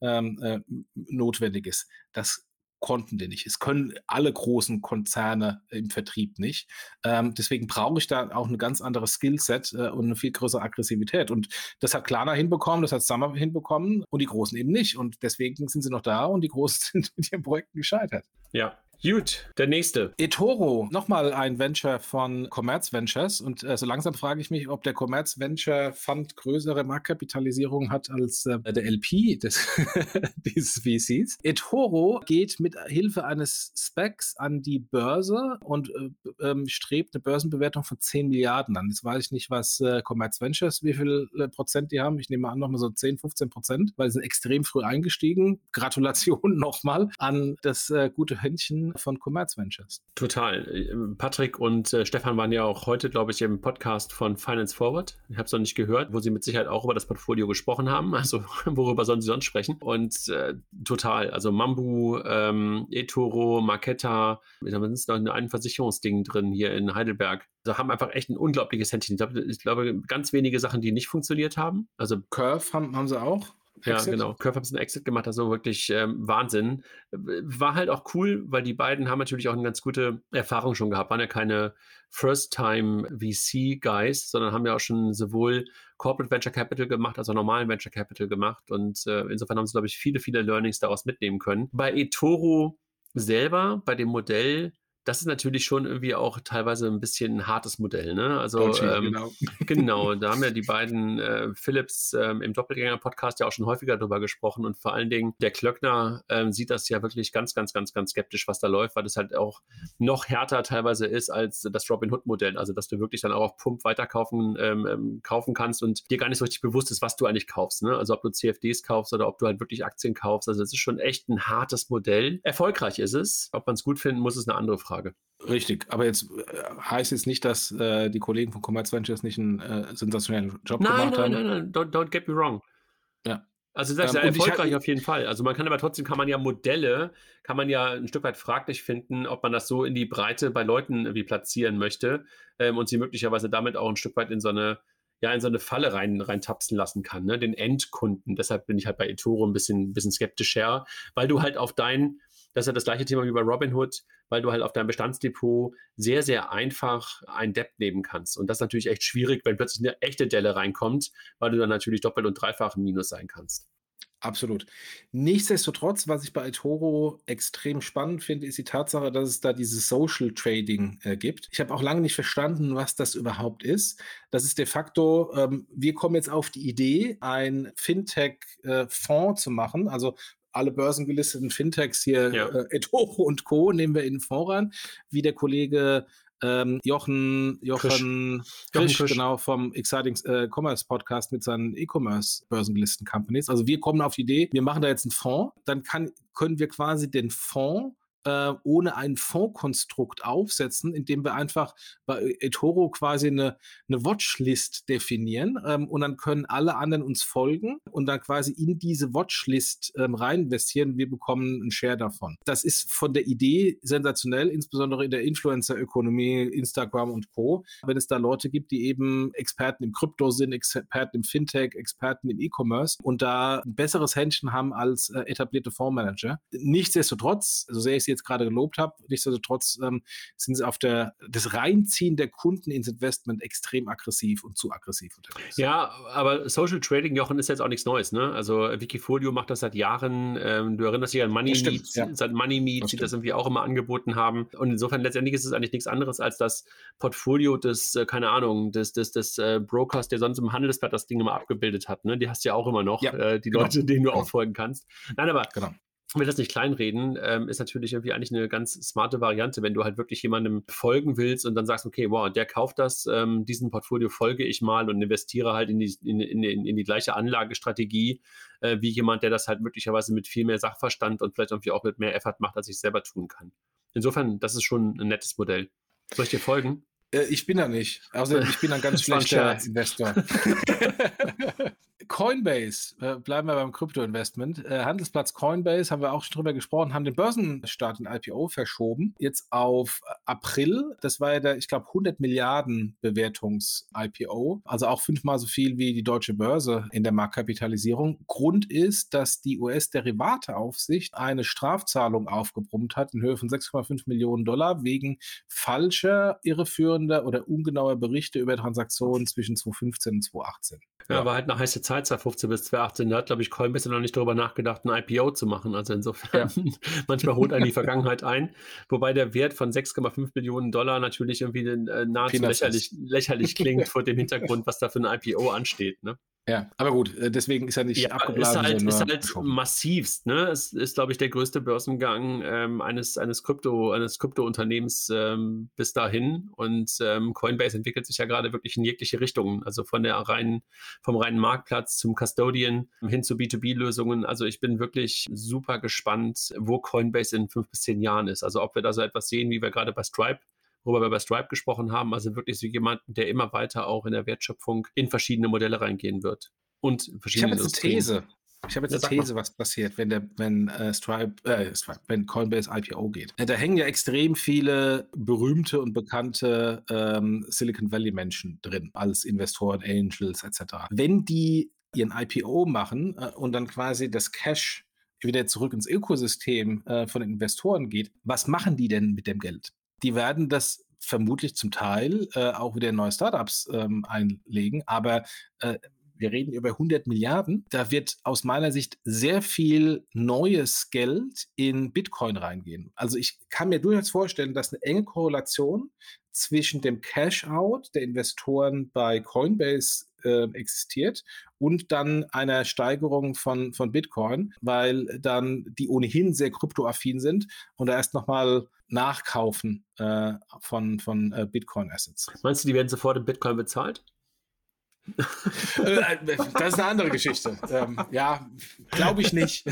notwendig ist, das konnten die nicht. Es können alle großen Konzerne im Vertrieb nicht. Deswegen brauche ich da auch ein ganz anderes Skillset und eine viel größere Aggressivität. Und das hat Klarna hinbekommen, das hat Summer hinbekommen und die Großen eben nicht. Und deswegen sind sie noch da und die Großen sind mit ihren Projekten gescheitert. Ja. Gut, der nächste. eToro, nochmal ein Venture von Commerz Ventures. Und so langsam frage ich mich, ob der Commerz Venture Fund größere Marktkapitalisierung hat als der LP dieses VCs. eToro geht mit Hilfe eines Specs an die Börse und strebt eine Börsenbewertung von 10 Milliarden an. Jetzt weiß ich nicht, was Commerz Ventures, wie viel Prozent die haben. Ich nehme an, nochmal so 10-15%, weil sie sind extrem früh eingestiegen. Gratulation nochmal an das gute Händchen von Commerz Ventures. Total. Patrick und Stefan waren ja auch heute, glaube ich, im Podcast von Finance Forward. Ich habe es noch nicht gehört, wo sie mit Sicherheit auch über das Portfolio gesprochen haben. Also worüber sollen sie sonst sprechen? Und total. Also Mambu, eToro, Marqeta, da ist noch ein Versicherungsding drin hier in Heidelberg. Also haben einfach echt ein unglaubliches Händchen. Ich glaube, ganz wenige Sachen, die nicht funktioniert haben. Also Curve haben sie auch. Ja, Exit. genau. Curve hat einen Exit gemacht, also wirklich Wahnsinn. War halt auch cool, weil die beiden haben natürlich auch eine ganz gute Erfahrung schon gehabt. Waren ja keine First-Time-VC-Guys, sondern haben ja auch schon sowohl Corporate Venture Capital gemacht, als auch normalen Venture Capital gemacht. Und insofern haben sie, glaube ich, viele Learnings daraus mitnehmen können. Bei eToro selber, bei dem Modell, das ist natürlich schon irgendwie auch teilweise ein bisschen ein hartes Modell, ne? Also Genau. genau, da haben ja die beiden Philips im Doppelgänger-Podcast ja auch schon häufiger drüber gesprochen und vor allen Dingen der Klöckner sieht das ja wirklich ganz skeptisch, was da läuft, weil das halt auch noch härter teilweise ist als das Robinhood-Modell, also dass du wirklich dann auch auf Pump weiterkaufen kaufen kannst und dir gar nicht so richtig bewusst ist, was du eigentlich kaufst, ne? Also ob du CFDs kaufst oder ob du halt wirklich Aktien kaufst, also es ist schon echt ein hartes Modell. Erfolgreich ist es, ob man es gut finden muss, ist eine andere Frage. Richtig, aber jetzt heißt es nicht, dass die Kollegen von Commerz Ventures nicht einen sensationellen Job gemacht haben. Nein, don't get me wrong. Ja. Also das ist ja erfolgreich auf jeden Fall. Also man kann aber trotzdem, kann man ja ein Stück weit fraglich finden, ob man das so in die Breite bei Leuten irgendwie platzieren möchte und sie möglicherweise damit auch ein Stück weit in so eine Falle reintapsen lassen kann, ne? Den Endkunden. Deshalb bin ich halt bei eToro ein bisschen skeptischer, weil du halt das ist ja das gleiche Thema wie bei Robinhood, weil du halt auf deinem Bestandsdepot sehr, sehr einfach ein Debt nehmen kannst. Und das ist natürlich echt schwierig, wenn plötzlich eine echte Delle reinkommt, weil du dann natürlich doppelt und dreifach im Minus sein kannst. Absolut. Nichtsdestotrotz, was ich bei eToro extrem spannend finde, ist die Tatsache, dass es da dieses Social Trading gibt. Ich habe auch lange nicht verstanden, was das überhaupt ist. Das ist de facto, wir kommen jetzt auf die Idee, ein Fintech-Fonds zu machen, also alle börsengelisteten Fintechs hier, eToro und Co. nehmen wir in den Fonds rein, wie der Kollege Jochen Krisch. genau, vom Exciting Commerce Podcast mit seinen E-Commerce börsengelisteten Companies. Also wir kommen auf die Idee, wir machen da jetzt einen Fonds, dann können wir quasi den Fonds ohne ein Fondskonstrukt aufsetzen, indem wir einfach bei eToro quasi eine Watchlist definieren und dann können alle anderen uns folgen und dann quasi in diese Watchlist rein investieren. Wir bekommen einen Share davon. Das ist von der Idee sensationell, insbesondere in der Influencer-Ökonomie, Instagram und Co. Wenn es da Leute gibt, die eben Experten im Krypto sind, Experten im Fintech, Experten im E-Commerce und da ein besseres Händchen haben als etablierte Fondsmanager. Nichtsdestotrotz, so sehr ich sie jetzt gerade gelobt habe, nichtsdestotrotz sind sie auf das Reinziehen der Kunden ins Investment extrem aggressiv und zu aggressiv unterwegs. Ja, aber Social Trading, Jochen, ist jetzt auch nichts Neues, ne? Also Wikifolio macht das seit Jahren. Du erinnerst dich an MoneyMeet, seit MoneyMeet, die das irgendwie auch immer angeboten haben. Und insofern letztendlich ist es eigentlich nichts anderes als das Portfolio des, keine Ahnung, des Brokers, der sonst im Handelsblatt das Ding immer abgebildet hat. Ne? Die hast du ja auch immer noch, die Leute, denen du auch folgen kannst. Nein, aber ich will das nicht kleinreden, ist natürlich irgendwie eigentlich eine ganz smarte Variante, wenn du halt wirklich jemandem folgen willst und dann sagst, okay, wow, der kauft das, diesem Portfolio folge ich mal und investiere halt in die gleiche Anlagestrategie wie jemand, der das halt möglicherweise mit viel mehr Sachverstand und vielleicht irgendwie auch mit mehr Effort macht, als ich selber tun kann. Insofern, das ist schon ein nettes Modell. Soll ich dir folgen? Ich bin da nicht. Außerdem, ich bin ein ganz schlechter Investor. Coinbase, bleiben wir beim Krypto-Investment. Handelsplatz Coinbase, haben wir auch schon drüber gesprochen, haben den Börsenstart in IPO verschoben. Jetzt auf April, das war ja der, ich glaube, 100 Milliarden Bewertungs-IPO. Also auch 5-mal so viel wie die deutsche Börse in der Marktkapitalisierung. Grund ist, dass die US-Derivateaufsicht eine Strafzahlung aufgebrummt hat in Höhe von 6,5 Millionen Dollar wegen falscher, irreführender oder ungenauer Berichte über Transaktionen zwischen 2015 und 2018. Ja, war halt eine heiße Zeit, 2015 bis 2018. Da hat, glaube ich, Coinbase noch nicht darüber nachgedacht, ein IPO zu machen. Also insofern, manchmal holt einen die Vergangenheit ein. Wobei der Wert von 6,5 Millionen Dollar natürlich irgendwie nahezu lächerlich klingt vor dem Hintergrund, was da für ein IPO ansteht. Ne? Ja, aber gut, deswegen ist er nicht abgeblasen. Ist halt massivst, ne? Es ist, glaube ich, der größte Börsengang eines Krypto-Unternehmens bis dahin. Und Coinbase entwickelt sich ja gerade wirklich in jegliche Richtungen. Also vom reinen Marktplatz zum Custodian hin zu B2B-Lösungen. Also ich bin wirklich super gespannt, wo Coinbase in 5 bis 10 Jahren ist. Also ob wir da so etwas sehen, wie wir gerade bei Stripe, worüber wir bei Stripe gesprochen haben, also wirklich so jemanden, der immer weiter auch in der Wertschöpfung in verschiedene Modelle reingehen wird. Und verschiedene Industrien. Ich habe jetzt eine These, was passiert, wenn Coinbase IPO geht. Da hängen ja extrem viele berühmte und bekannte Silicon Valley Menschen drin, als Investoren, Angels etc. Wenn die ihren IPO machen und dann quasi das Cash wieder zurück ins Ökosystem von den Investoren geht, was machen die denn mit dem Geld? Die werden das vermutlich zum Teil auch wieder in neue Startups einlegen, aber wir reden über 100 Milliarden. Da wird aus meiner Sicht sehr viel neues Geld in Bitcoin reingehen. Also ich kann mir durchaus vorstellen, dass eine enge Korrelation zwischen dem Cash-out der Investoren bei Coinbase existiert und dann einer Steigerung von Bitcoin, weil dann die ohnehin sehr kryptoaffin sind und da erst nochmal nachkaufen von Bitcoin-Assets. Meinst du, die werden sofort in Bitcoin bezahlt? Das ist eine andere Geschichte. Ja, glaube ich nicht.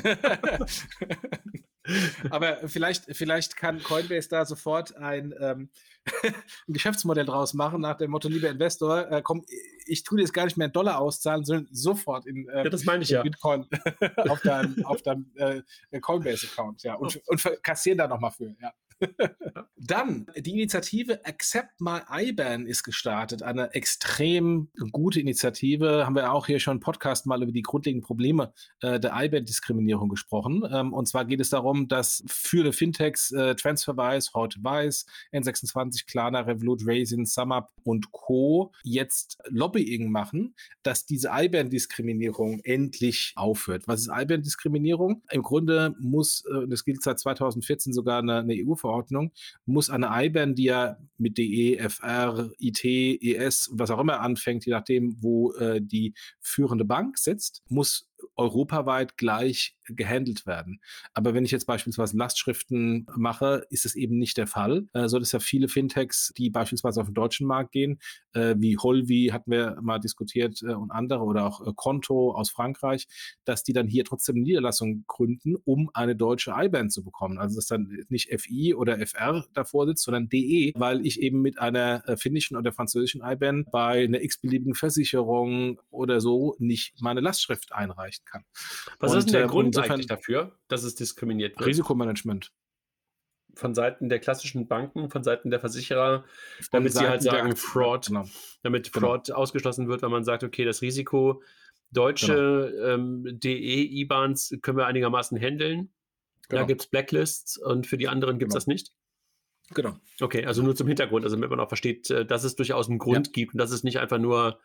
Aber vielleicht kann Coinbase da sofort ein Geschäftsmodell draus machen, nach dem Motto, lieber Investor, komm, ich tue dir jetzt gar nicht mehr in Dollar auszahlen, sondern sofort in das meine ich, Bitcoin auf deinem Coinbase-Account, ja, und kassieren da nochmal für, ja. Dann, die Initiative Accept My IBAN ist gestartet. Eine extrem gute Initiative. Haben wir auch hier schon im Podcast mal über die grundlegenden Probleme der IBAN-Diskriminierung gesprochen. Und zwar geht es darum, dass führende Fintechs, TransferWise, heute Wise, N26, Klarna, Revolut, Raisin, SumUp und Co. jetzt Lobbying machen, dass diese IBAN-Diskriminierung endlich aufhört. Was ist IBAN-Diskriminierung? Im Grunde muss, das gilt seit 2014 sogar eine EU-Verordnung, muss eine IBAN, die ja mit DE, FR, IT, ES und was auch immer anfängt, je nachdem, wo die führende Bank sitzt, muss europaweit gleich gehandelt werden. Aber wenn ich jetzt beispielsweise Lastschriften mache, ist es eben nicht der Fall, so dass ja viele Fintechs, die beispielsweise auf den deutschen Markt gehen, wie Holvi hatten wir mal diskutiert und andere oder auch Konto aus Frankreich, dass die dann hier trotzdem eine Niederlassung gründen, um eine deutsche IBAN zu bekommen. Also dass dann nicht FI oder FR davor sitzt, sondern DE, weil ich eben mit einer finnischen oder französischen IBAN bei einer x-beliebigen Versicherung oder so nicht meine Lastschrift einreichen kann. Was ist denn der Grund insofern eigentlich dafür, dass es diskriminiert wird? Risikomanagement. Von Seiten der klassischen Banken, von Seiten der Versicherer, damit sie halt sagen, Fraud, genau. damit Fraud ausgeschlossen wird, weil man sagt, okay, das Risiko deutsche DE-IBANs können wir einigermaßen handeln. Da gibt es Blacklists und für die anderen gibt es das nicht? Genau. Okay, also nur zum Hintergrund, also damit man auch versteht, dass es durchaus einen Grund gibt und dass es nicht einfach nur,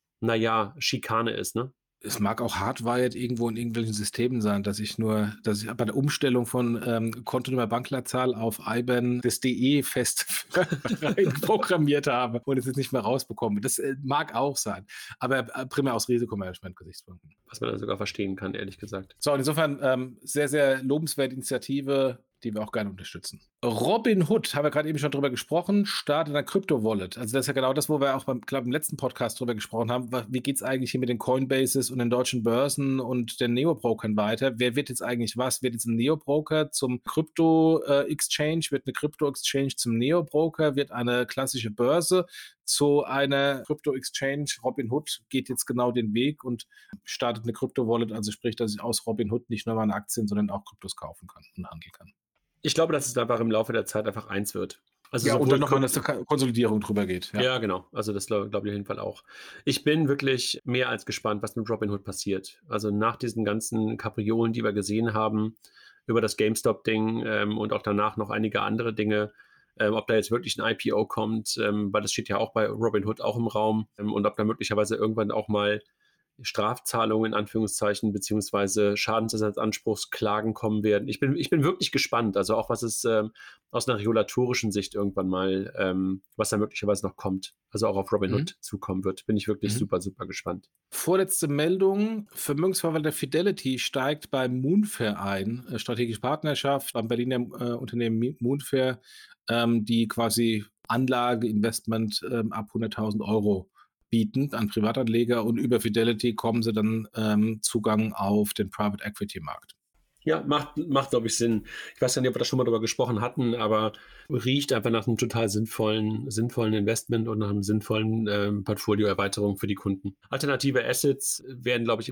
Schikane ist, ne? Es mag auch hardwired irgendwo in irgendwelchen Systemen sein, dass ich bei der Umstellung von Kontonummer Bankleitzahl auf IBAN das DE fest programmiert habe und es jetzt nicht mehr rausbekomme. Das mag auch sein, aber primär aus Risikomanagement-Gesichtspunkten. Was man dann sogar verstehen kann, ehrlich gesagt. So, insofern sehr, sehr lobenswerte Initiative, die wir auch gerne unterstützen. Robinhood, haben wir gerade eben schon drüber gesprochen, startet ein Crypto-Wallet. Also das ist ja genau das, wo wir auch im letzten Podcast drüber gesprochen haben. Wie geht es eigentlich hier mit den Coinbases und den deutschen Börsen und den Neo-Brokern weiter? Wer wird jetzt eigentlich was? Wird jetzt ein Neo-Broker zum Crypto-Exchange? Wird eine Crypto-Exchange zum Neo-Broker? Wird eine klassische Börse zu einer Crypto-Exchange? Robinhood geht jetzt genau den Weg und startet eine Crypto-Wallet, also sprich, dass ich aus Robinhood nicht nur meine Aktien, sondern auch Kryptos kaufen kann und handeln kann. Ich glaube, dass es einfach im Laufe der Zeit einfach eins wird. Also ja, und dann noch eine Konsolidierung drüber geht. Ja, genau. Also das glaube ich auf jeden Fall auch. Ich bin wirklich mehr als gespannt, was mit Robinhood passiert. Also nach diesen ganzen Kapriolen, die wir gesehen haben, über das GameStop-Ding und auch danach noch einige andere Dinge, ob da jetzt wirklich ein IPO kommt, weil das steht ja auch bei Robinhood auch im Raum, und ob da möglicherweise irgendwann auch mal Strafzahlungen in Anführungszeichen beziehungsweise Schadensersatzanspruchsklagen kommen werden. Ich bin wirklich gespannt, also auch was es aus einer regulatorischen Sicht irgendwann mal, was da möglicherweise noch kommt, also auch auf Robinhood zukommen wird, bin ich wirklich super, super gespannt. Vorletzte Meldung, Vermögensverwalter Fidelity steigt bei Moonfair ein, strategische Partnerschaft beim Berliner Unternehmen Moonfair, die quasi Anlageinvestment ab 100.000 Euro bieten an Privatanleger, und über Fidelity kommen sie dann Zugang auf den Private Equity Markt. Ja, macht glaube ich, Sinn. Ich weiß ja nicht, ob wir da schon mal drüber gesprochen hatten, aber riecht einfach nach einem total sinnvollen Investment und nach einem sinnvollen Portfolioerweiterung für die Kunden. Alternative Assets werden, glaube ich,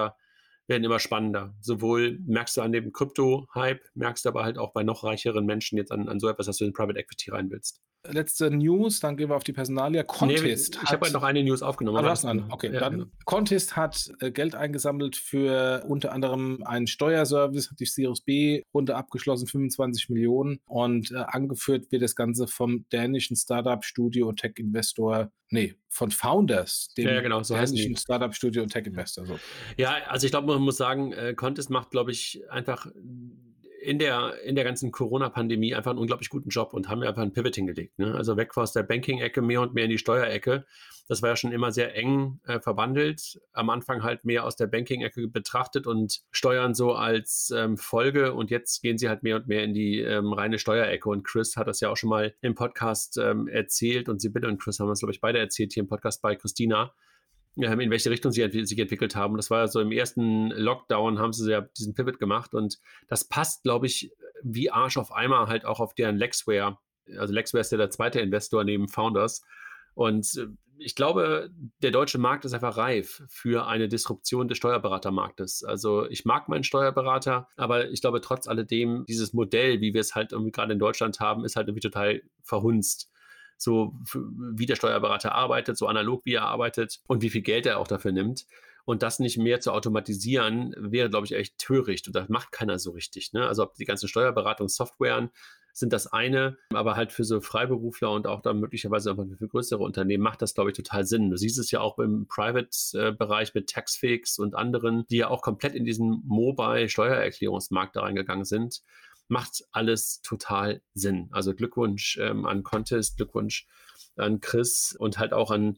immer spannender. Sowohl merkst du an dem Krypto-Hype, merkst du aber halt auch bei noch reicheren Menschen jetzt an so etwas, dass du in Private Equity rein willst. Letzte News, dann gehen wir auf die Personalie. Contest. Ich habe halt noch eine News aufgenommen. Okay, dann genau. Contest hat Geld eingesammelt für unter anderem einen Steuerservice, hat die Series B-Runde abgeschlossen, 25 Millionen, und angeführt wird das Ganze vom dänischen Startup-Studio und Tech-Investor, von Founders, dem dänischen Startup-Studio und Tech-Investor. So. Ja, also ich glaube, man muss sagen, Contest macht, glaube ich, einfach in der ganzen Corona-Pandemie einfach einen unglaublich guten Job und haben ja einfach ein Pivot hingelegt. Ne? Also weg aus der Banking-Ecke, mehr und mehr in die Steuerecke. Das war ja schon immer sehr eng verbandelt. Am Anfang halt mehr aus der Banking-Ecke betrachtet und Steuern so als Folge. Und jetzt gehen sie halt mehr und mehr in die reine Steuerecke. Und Chris hat das ja auch schon mal im Podcast erzählt. Und Sibylle und Chris haben das, glaube ich, beide erzählt hier im Podcast bei Christina, in welche Richtung sie sich entwickelt haben. Das war ja so im ersten Lockdown, haben sie ja diesen Pivot gemacht, und das passt, glaube ich, wie Arsch auf Eimer halt auch auf deren Lexware. Also Lexware ist ja der zweite Investor neben Founders, und ich glaube, der deutsche Markt ist einfach reif für eine Disruption des Steuerberatermarktes. Also ich mag meinen Steuerberater, aber ich glaube trotz alledem, dieses Modell, wie wir es halt irgendwie gerade in Deutschland haben, ist halt irgendwie total verhunzt. So wie der Steuerberater arbeitet, so analog wie er arbeitet und wie viel Geld er auch dafür nimmt. Und das nicht mehr zu automatisieren, wäre, glaube ich, echt töricht. Und das macht keiner so richtig. Ne? Also die ganzen Steuerberatungssoftwaren sind das eine, aber halt für so Freiberufler und auch dann möglicherweise einfach für größere Unternehmen macht das, glaube ich, total Sinn. Du siehst es ja auch im Private-Bereich mit Taxfix und anderen, die ja auch komplett in diesen Mobile-Steuererklärungsmarkt da reingegangen sind. Macht alles total Sinn. Also Glückwunsch an Contest, Glückwunsch an Chris und halt auch an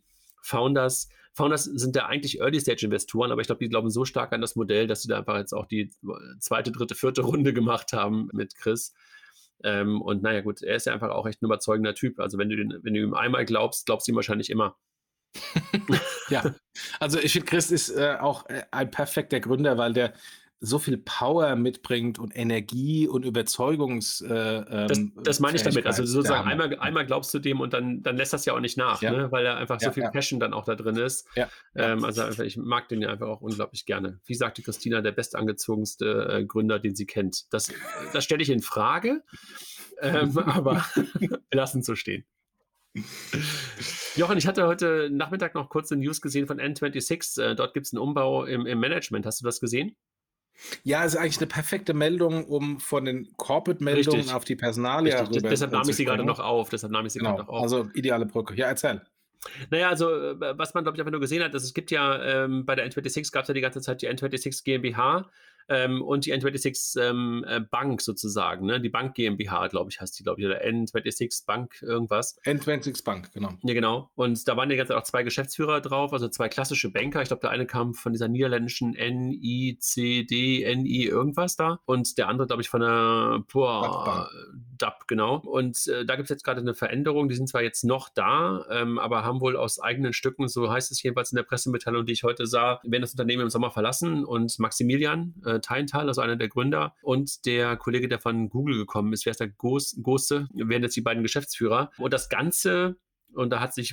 Founders sind ja eigentlich Early-Stage-Investoren, aber ich glaube, die glauben so stark an das Modell, dass sie da einfach jetzt auch die zweite, dritte, vierte Runde gemacht haben mit Chris. Und naja, gut, er ist ja einfach auch echt ein überzeugender Typ. Also wenn du ihm einmal glaubst du ihm wahrscheinlich immer. Ja, also ich finde, Chris ist auch ein perfekter Gründer, weil der so viel Power mitbringt und Energie und Das meine ich damit. Also Fähigkeit. sozusagen Der Hammer. einmal glaubst du dem und dann lässt das ja auch nicht nach, Ja, ne? Weil er einfach so ja, viel ja, Passion dann auch da drin ist. ja, ja. Also einfach, ich mag den ja einfach auch unglaublich gerne. Wie sagte Christina, der bestangezogenste Gründer, den sie kennt. Das stelle ich in Frage, aber wir lassen es so stehen. Jochen, ich hatte heute Nachmittag noch kurz eine News gesehen von N26. Dort gibt es einen Umbau im Management. Hast du das gesehen? Ja, ist eigentlich eine perfekte Meldung, um von den Corporate-Meldungen Richtig. auf die Personalia Richtig. rüber Deshalb nahm zu ich sie gerade springen. noch auf. Genau, also ideale Brücke. Ja, erzähl. Naja, also was man, glaube ich, einfach nur gesehen hat, ist, es gibt ja bei der N26 gab es ja die ganze Zeit die N26 GmbH und die N26 Bank sozusagen, ne? Die Bank GmbH, glaube ich, heißt die, glaube ich, oder N26 Bank irgendwas. N26 Bank, genau. Ja, genau. Und da waren die ganze Zeit auch zwei Geschäftsführer drauf, also zwei klassische Banker. Ich glaube, der eine kam von dieser niederländischen NI irgendwas da und der andere, glaube ich, von der DAP, genau. Und da gibt es jetzt gerade eine Veränderung. Die sind zwar jetzt noch da, aber haben wohl aus eigenen Stücken, so heißt es jedenfalls in der Pressemitteilung, die ich heute sah, werden das Unternehmen im Sommer verlassen und Maximilian Teintal, also einer der Gründer, und der Kollege, der von Google gekommen ist, wer ist der Gosse, werden jetzt die beiden Geschäftsführer. Und das Ganze, und da hat sich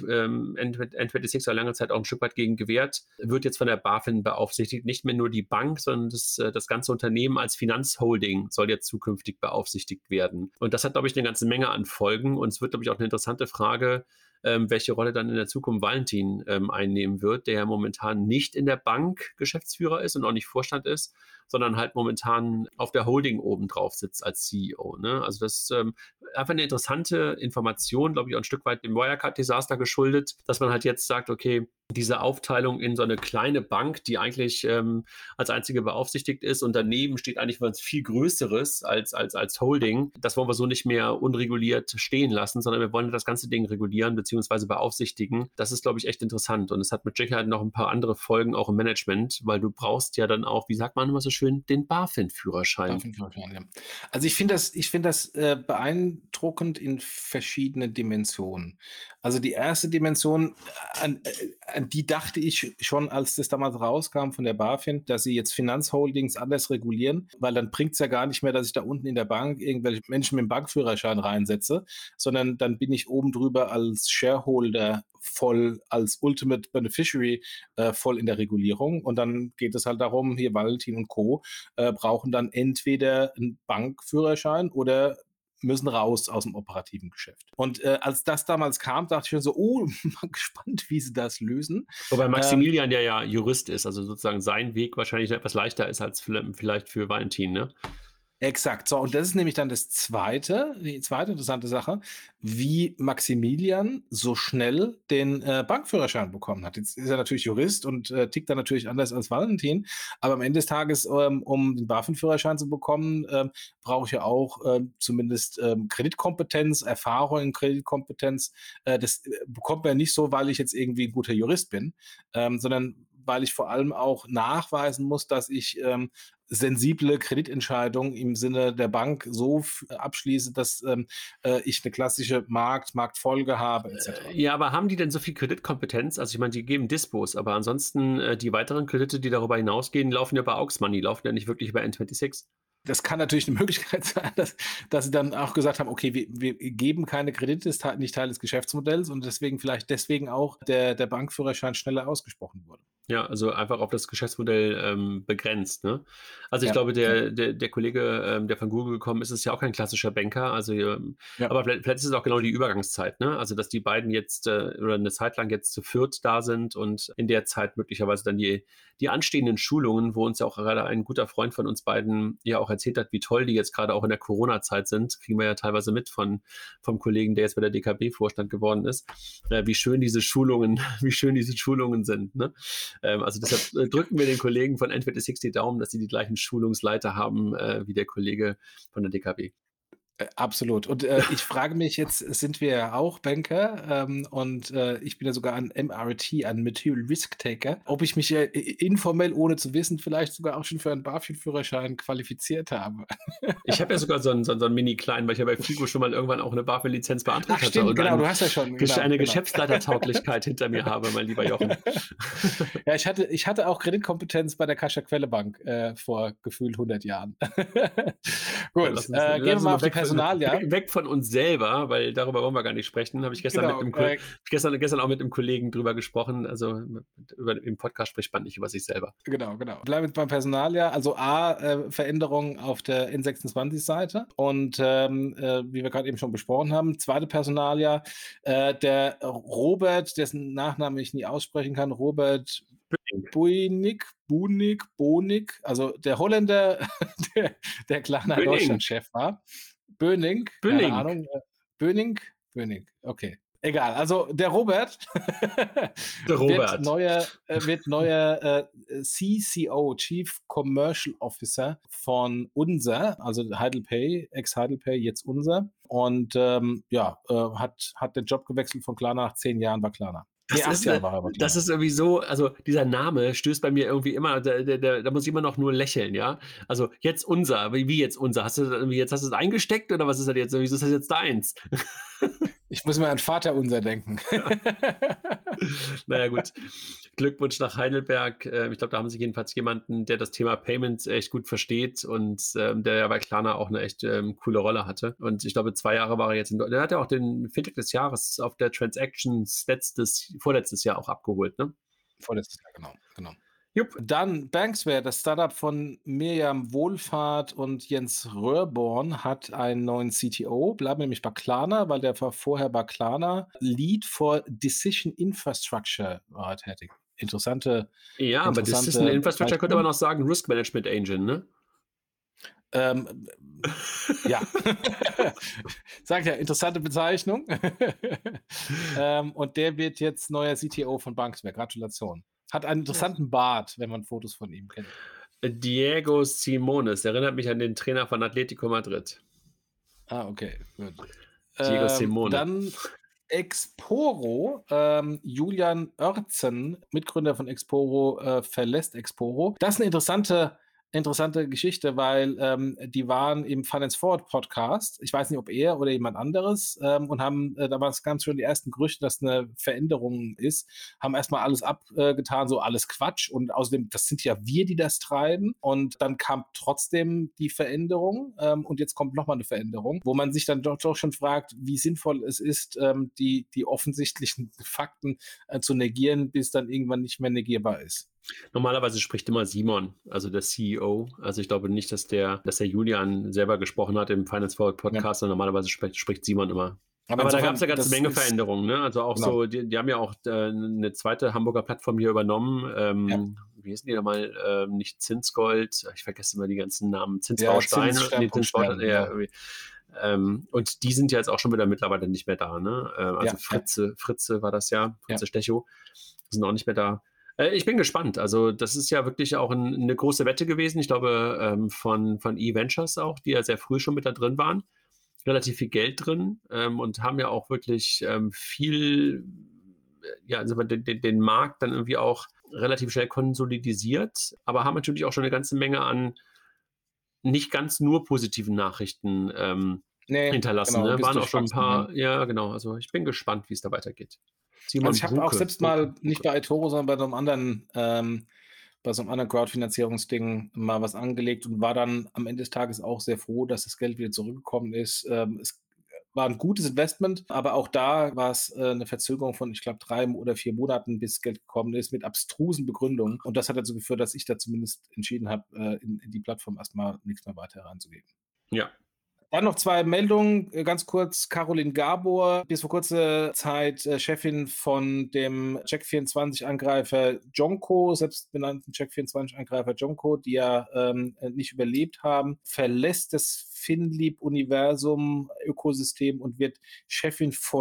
N26 ja lange Zeit auch ein Stück weit gegen gewehrt, wird jetzt von der BaFin beaufsichtigt. Nicht mehr nur die Bank, sondern das ganze Unternehmen als Finanzholding soll jetzt zukünftig beaufsichtigt werden. Und das hat, glaube ich, eine ganze Menge an Folgen. Und es wird, glaube ich, auch eine interessante Frage, welche Rolle dann in der Zukunft Valentin einnehmen wird, der ja momentan nicht in der Bank Geschäftsführer ist und auch nicht Vorstand ist, sondern halt momentan auf der Holding oben drauf sitzt als CEO. Ne? Also das ist einfach eine interessante Information, glaube ich, auch ein Stück weit dem Wirecard-Desaster geschuldet, dass man halt jetzt sagt, okay, diese Aufteilung in so eine kleine Bank, die eigentlich als einzige beaufsichtigt ist und daneben steht eigentlich was viel Größeres als Holding. Das wollen wir so nicht mehr unreguliert stehen lassen, sondern wir wollen das ganze Ding regulieren bzw. beaufsichtigen. Das ist, glaube ich, echt interessant und es hat mit Sicherheit noch ein paar andere Folgen auch im Management, weil du brauchst ja dann auch, wie sagt man immer so schön, den BaFin-Führerschein. BaFin-Führerschein, ja. Also ich finde das beeindruckend in verschiedenen Dimensionen. Also die erste Dimension, an die dachte ich schon, als das damals rauskam von der BaFin, dass sie jetzt Finanzholdings anders regulieren, weil dann bringt es ja gar nicht mehr, dass ich da unten in der Bank irgendwelche Menschen mit dem Bankführerschein reinsetze, sondern dann bin ich oben drüber als Shareholder voll, als Ultimate Beneficiary voll in der Regulierung. Und dann geht es halt darum, hier Valentin und Co. Brauchen dann entweder einen Bankführerschein oder müssen raus aus dem operativen Geschäft. Und als das damals kam, dachte ich schon so, mal gespannt, wie sie das lösen. Wobei Maximilian ja Jurist ist, also sozusagen sein Weg wahrscheinlich etwas leichter ist als vielleicht für Valentin, ne? Exakt. So, und das ist nämlich dann die zweite interessante Sache, wie Maximilian so schnell den Bankführerschein bekommen hat. Jetzt ist er natürlich Jurist und tickt dann natürlich anders als Valentin, aber am Ende des Tages, um den BaFin-Führerschein zu bekommen, brauche ich ja auch zumindest Kreditkompetenz, Erfahrung in Kreditkompetenz. Das bekommt man nicht so, weil ich jetzt irgendwie ein guter Jurist bin, sondern weil ich vor allem auch nachweisen muss, dass ich sensible Kreditentscheidungen im Sinne der Bank so abschließe, dass ich eine klassische Marktfolge habe, etc. Ja, aber haben die denn so viel Kreditkompetenz? Also ich meine, die geben Dispos, aber ansonsten die weiteren Kredite, die darüber hinausgehen, laufen ja bei Aux Money, laufen ja nicht wirklich über N26. Das kann natürlich eine Möglichkeit sein, dass sie dann auch gesagt haben, okay, wir geben keine Kredite, ist nicht Teil des Geschäftsmodells und deswegen auch der Bankführerschein schneller ausgesprochen wurde. Ja, also einfach auf das Geschäftsmodell begrenzt. Ne? Also ich glaube, der Kollege, der von Google gekommen ist, ist ja auch kein klassischer Banker. Also, aber vielleicht ist es auch genau die Übergangszeit. Ne? Also dass die beiden jetzt oder eine Zeit lang jetzt zu viert da sind und in der Zeit möglicherweise dann die anstehenden Schulungen, wo uns ja auch gerade ein guter Freund von uns beiden ja auch erzählt hat, wie toll die jetzt gerade auch in der Corona-Zeit sind, kriegen wir ja teilweise mit vom Kollegen, der jetzt bei der DKB-Vorstand geworden ist, wie schön diese Schulungen sind. Ne? Also deshalb drücken wir den Kollegen von N26 die Daumen, dass sie die gleichen Schulungsleiter haben wie der Kollege von der DKB. Absolut. Und ich frage mich jetzt, sind wir ja auch Banker und ich bin ja sogar ein MRT, ein Material Risk Taker, ob ich mich informell, ohne zu wissen, vielleicht sogar auch schon für einen BaFin-Führerschein qualifiziert habe. Ich habe ja sogar so einen mini-kleinen, weil ich ja bei Figo schon mal irgendwann auch eine BaFin-Lizenz Ach beantragt hatte stimmt, und genau, du hast ja schon, genau, eine genau. Geschäftsleitertauglichkeit hinter mir habe, mein lieber Jochen. Ja, ich hatte auch Kreditkompetenz bei der Kascha Quelle Bank vor gefühlt 100 Jahren. Dann Gut, gehen wir mal auf die Personalia. weg von uns selber, weil darüber wollen wir gar nicht sprechen. Habe ich gestern Genau, gestern auch mit einem Kollegen drüber gesprochen. Also im Podcast spricht man nicht über sich selber. genau. Bleiben wir beim Personalia. Also Veränderungen auf der N26-Seite und wie wir gerade eben schon besprochen haben, zweite Personalia, der Robert, dessen Nachname ich nie aussprechen kann, Robert Boenig, also der Holländer, der kleiner Deutschlandchef war. Böning, keine Ahnung. Böning, okay. Egal, also der Robert, wird neuer CCO, Chief Commercial Officer von Unser, also Heidelpay, ex-Heidelpay, jetzt Unser. Und hat den Job gewechselt von Klarna nach 10 Jahren bei Klarna. Das ist irgendwie so, also dieser Name stößt bei mir irgendwie immer, da muss ich immer noch nur lächeln, ja. Also jetzt unser, wie jetzt unser? Hast du es eingesteckt oder was ist das jetzt? Wieso ist das jetzt deins? Ich muss mir an Vater unser denken. Naja, gut. Glückwunsch nach Heidelberg. Ich glaube, da haben sie jedenfalls jemanden, der das Thema Payments echt gut versteht und der ja bei Klarna auch eine echt coole Rolle hatte. Und ich glaube, 2 Jahre war er jetzt in Deutschland. Der hat ja auch den Fintech des Jahres auf der Transactions vorletztes Jahr auch abgeholt, ne? Vorletztes Jahr, genau. Jupp. Dann Banksware, das Startup von Mirjam Wohlfahrt und Jens Röhrborn, hat einen neuen CTO, bleiben nämlich bei Klarna, weil der war vorher bei Klarna Lead for Decision Infrastructure war tätig. Interessante. Ja, aber Decision Infrastructure könnte man auch sagen Risk Management Engine, ne? Ja, sagt ja, interessante Bezeichnung. Und der wird jetzt neuer CTO von Banksware. Gratulation. Hat einen interessanten Bart, wenn man Fotos von ihm kennt. Diego Simones, erinnert mich an den Trainer von Atletico Madrid. Ah, okay, gut. Diego Simone. Dann Exporo, Julian Oertzen, Mitgründer von Exporo, verlässt Exporo. Das ist eine interessante Geschichte, weil die waren im Finance Forward Podcast, ich weiß nicht, ob er oder jemand anderes, und haben, da war es ganz schön die ersten Gerüchte, dass eine Veränderung ist, haben erstmal alles abgetan, so alles Quatsch, und außerdem, das sind ja wir, die das treiben, und dann kam trotzdem die Veränderung, und jetzt kommt nochmal eine Veränderung, wo man sich dann doch schon fragt, wie sinnvoll es ist, die offensichtlichen Fakten zu negieren, bis dann irgendwann nicht mehr negierbar ist. Normalerweise spricht immer Simon, also der CEO. Also ich glaube nicht, dass der Julian selber gesprochen hat im Finance Forward Podcast, sondern normalerweise spricht Simon immer. Aber da gab es eine ganze Menge Veränderungen, ne? Also auch genau. So, die haben ja auch eine zweite Hamburger Plattform hier übernommen. Wie hießen die nochmal? Nicht Zinsgold, ich vergesse immer die ganzen Namen. Zinsbausteine. Und die sind ja jetzt auch schon wieder mittlerweile nicht mehr da, ne? Also Fritze war das ja, Fritze Stecho, sind auch nicht mehr da. Ich bin gespannt. Also das ist ja wirklich auch eine große Wette gewesen. Ich glaube von eVentures auch, die ja sehr früh schon mit da drin waren. Relativ viel Geld drin und haben ja auch wirklich viel, also den Markt dann irgendwie auch relativ schnell konsolidisiert, aber haben natürlich auch schon eine ganze Menge an nicht ganz nur positiven Nachrichten hinterlassen. Genau, ne? Waren auch schon ein paar, ja genau. Also ich bin gespannt, wie es da weitergeht. Also ich habe auch selbst mal nicht bei eToro, sondern bei so einem anderen Crowdfinanzierungsding mal was angelegt und war dann am Ende des Tages auch sehr froh, dass das Geld wieder zurückgekommen ist. Es war ein gutes Investment, aber auch da war es eine Verzögerung von, ich glaube, 3 oder 4 Monaten, bis Geld gekommen ist, mit abstrusen Begründungen. Und das hat dazu geführt, dass ich da zumindest entschieden habe, in die Plattform erstmal nichts mehr weiter reinzugeben. Ja. Dann noch 2 Meldungen, ganz kurz. Caroline Gabor, bis vor kurzer Zeit Chefin von dem Check24-Angreifer Jonko, selbstbenannten Check24-Angreifer Jonko, die ja nicht überlebt haben, verlässt das Finlieb-Universum-Ökosystem und wird Chefin von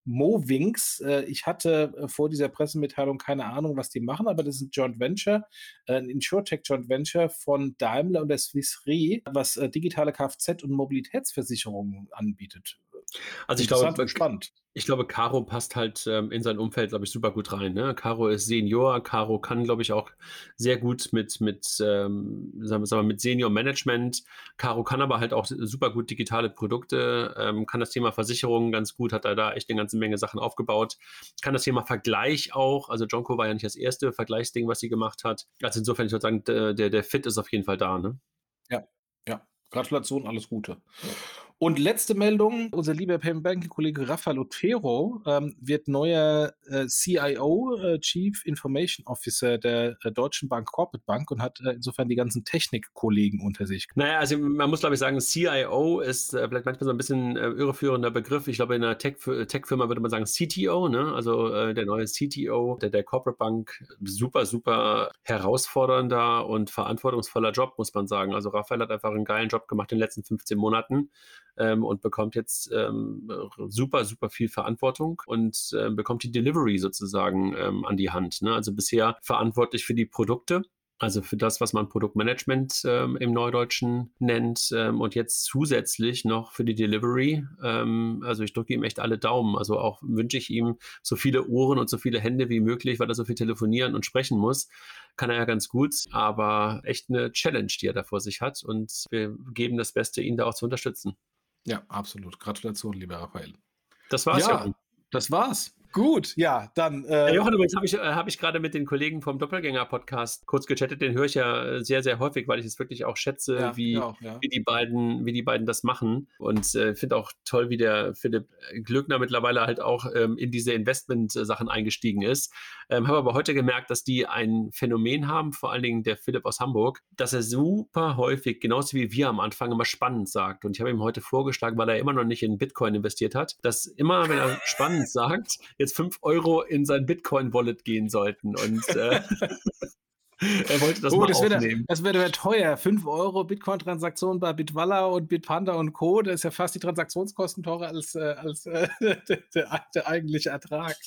Movings. Ich hatte vor dieser Pressemitteilung keine Ahnung, was die machen, aber das ist ein Joint Venture, ein Insurtech-Joint Venture von Daimler und der Swiss Re, was digitale Kfz- und Mobilitätsversicherungen anbietet. Also Interessant und spannend. Ich glaube, Caro passt halt in sein Umfeld, glaube ich, super gut rein. Ne? Caro ist Senior, Caro kann, glaube ich, auch sehr gut sagen wir mal, mit Senior Management. Caro kann aber halt auch super gut digitale Produkte, kann das Thema Versicherungen ganz gut, hat er da echt eine ganze Menge Sachen aufgebaut. Kann das Thema Vergleich auch, also Jonco war ja nicht das erste Vergleichsding, was sie gemacht hat. Also insofern, ich würde sagen, der Fit ist auf jeden Fall da. Ne? Ja. Gratulation, alles Gute. Und letzte Meldung, unser lieber Payment Banking-Kollege Rafael Otero wird neuer CIO, Chief Information Officer der Deutschen Bank Corporate Bank und hat insofern die ganzen Technikkollegen unter sich. Naja, also man muss, glaube ich, sagen, CIO ist vielleicht manchmal so ein bisschen irreführender Begriff. Ich glaube, in einer Tech-Firma würde man sagen CTO, ne? Also der neue CTO der Corporate Bank, super, super herausfordernder und verantwortungsvoller Job, muss man sagen. Also Raphael hat einfach einen geilen Job gemacht in den letzten 15 Monaten und bekommt jetzt super, super viel Verantwortung und bekommt die Delivery sozusagen an die Hand. Ne? Also bisher verantwortlich für die Produkte. Also für das, was man Produktmanagement im Neudeutschen nennt und jetzt zusätzlich noch für die Delivery. Also ich drücke ihm echt alle Daumen. Also auch wünsche ich ihm so viele Ohren und so viele Hände wie möglich, weil er so viel telefonieren und sprechen muss. Kann er ja ganz gut, aber echt eine Challenge, die er da vor sich hat. Und wir geben das Beste, ihn da auch zu unterstützen. Ja, absolut. Gratulation, lieber Raphael. Das war's, ja. Jochen. Das war's. Gut, ja, dann. Jochen, übrigens habe ich gerade mit den Kollegen vom Doppelgänger-Podcast kurz gechattet. Den höre ich ja sehr, sehr häufig, weil ich es wirklich auch schätze, wie die beiden das machen. Und finde auch toll, wie der Philipp Glöckner mittlerweile halt auch in diese Investment-Sachen eingestiegen ist. Habe aber heute gemerkt, dass die ein Phänomen haben, vor allen Dingen der Philipp aus Hamburg, dass er super häufig, genauso wie wir am Anfang, immer spannend sagt. Und ich habe ihm heute vorgeschlagen, weil er immer noch nicht in Bitcoin investiert hat, dass immer, wenn er spannend sagt, jetzt 5 Euro in sein Bitcoin-Wallet gehen sollten. Und er wollte das mal aufnehmen. Das wäre teuer. 5 Euro Bitcoin-Transaktionen bei Bitwala und Bitpanda und Co. Das ist ja fast die Transaktionskosten teurer als der eigentliche Ertrag.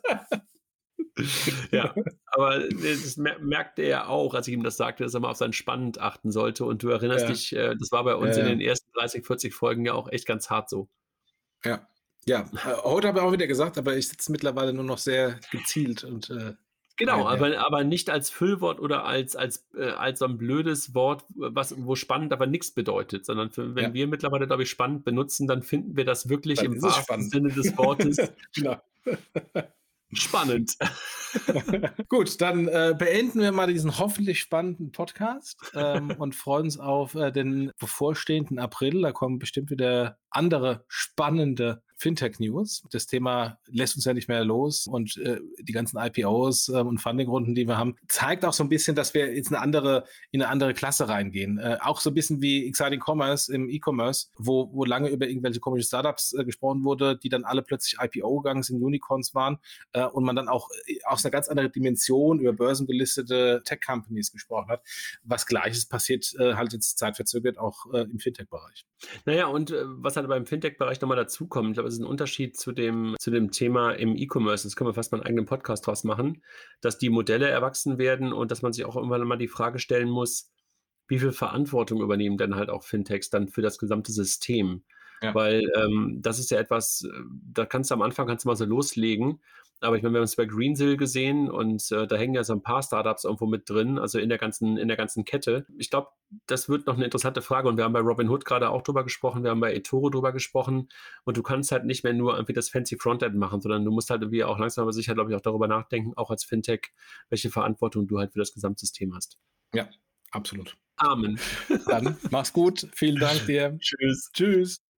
Ja, aber das merkte er auch, als ich ihm das sagte, dass er mal auf sein Spannend achten sollte. Und du erinnerst dich, das war bei uns in den ersten 30, 40 Folgen ja auch echt ganz hart so. Ja, heute habe ich auch wieder gesagt, aber ich sitze mittlerweile nur noch sehr gezielt und genau, aber nicht als Füllwort oder als so ein blödes Wort, wo spannend aber nichts bedeutet, sondern wenn wir mittlerweile, glaube ich, spannend benutzen, dann finden wir das wirklich dann im wahrsten Sinne des Wortes. Genau. Spannend. Gut, dann beenden wir mal diesen hoffentlich spannenden Podcast und freuen uns auf den bevorstehenden April. Da kommen bestimmt wieder andere spannende Fintech-News. Das Thema lässt uns ja nicht mehr los und die ganzen IPOs und Funding-Runden, die wir haben, zeigt auch so ein bisschen, dass wir jetzt in eine andere Klasse reingehen. Auch so ein bisschen wie Exciting Commerce im E-Commerce, wo lange über irgendwelche komischen Startups gesprochen wurde, die dann alle plötzlich IPO gegangen sind, Unicorns waren und man dann auch aus einer ganz anderen Dimension über börsengelistete Tech-Companies gesprochen hat. Was Gleiches passiert halt jetzt zeitverzögert auch im Fintech-Bereich. Naja, und was halt beim Fintech-Bereich nochmal dazukommt, ich glaube, es ist ein Unterschied zu dem Thema im E-Commerce, das können wir fast mal einen eigenen Podcast draus machen, dass die Modelle erwachsen werden und dass man sich auch irgendwann mal die Frage stellen muss, wie viel Verantwortung übernehmen denn halt auch Fintechs dann für das gesamte System? Ja. Weil das ist ja etwas, da kannst du am Anfang mal so loslegen, aber ich meine, wir haben es bei Greensill gesehen und da hängen ja so ein paar Startups irgendwo mit drin, also in der ganzen Kette. Ich glaube, das wird noch eine interessante Frage und wir haben bei Robinhood gerade auch drüber gesprochen, wir haben bei eToro drüber gesprochen und du kannst halt nicht mehr nur irgendwie das fancy Frontend machen, sondern du musst halt irgendwie auch langsam aber sicher, glaube ich, auch darüber nachdenken, auch als Fintech, welche Verantwortung du halt für das Gesamtsystem hast. Ja, absolut. Amen. Dann mach's gut. Vielen Dank dir. Tschüss. Tschüss.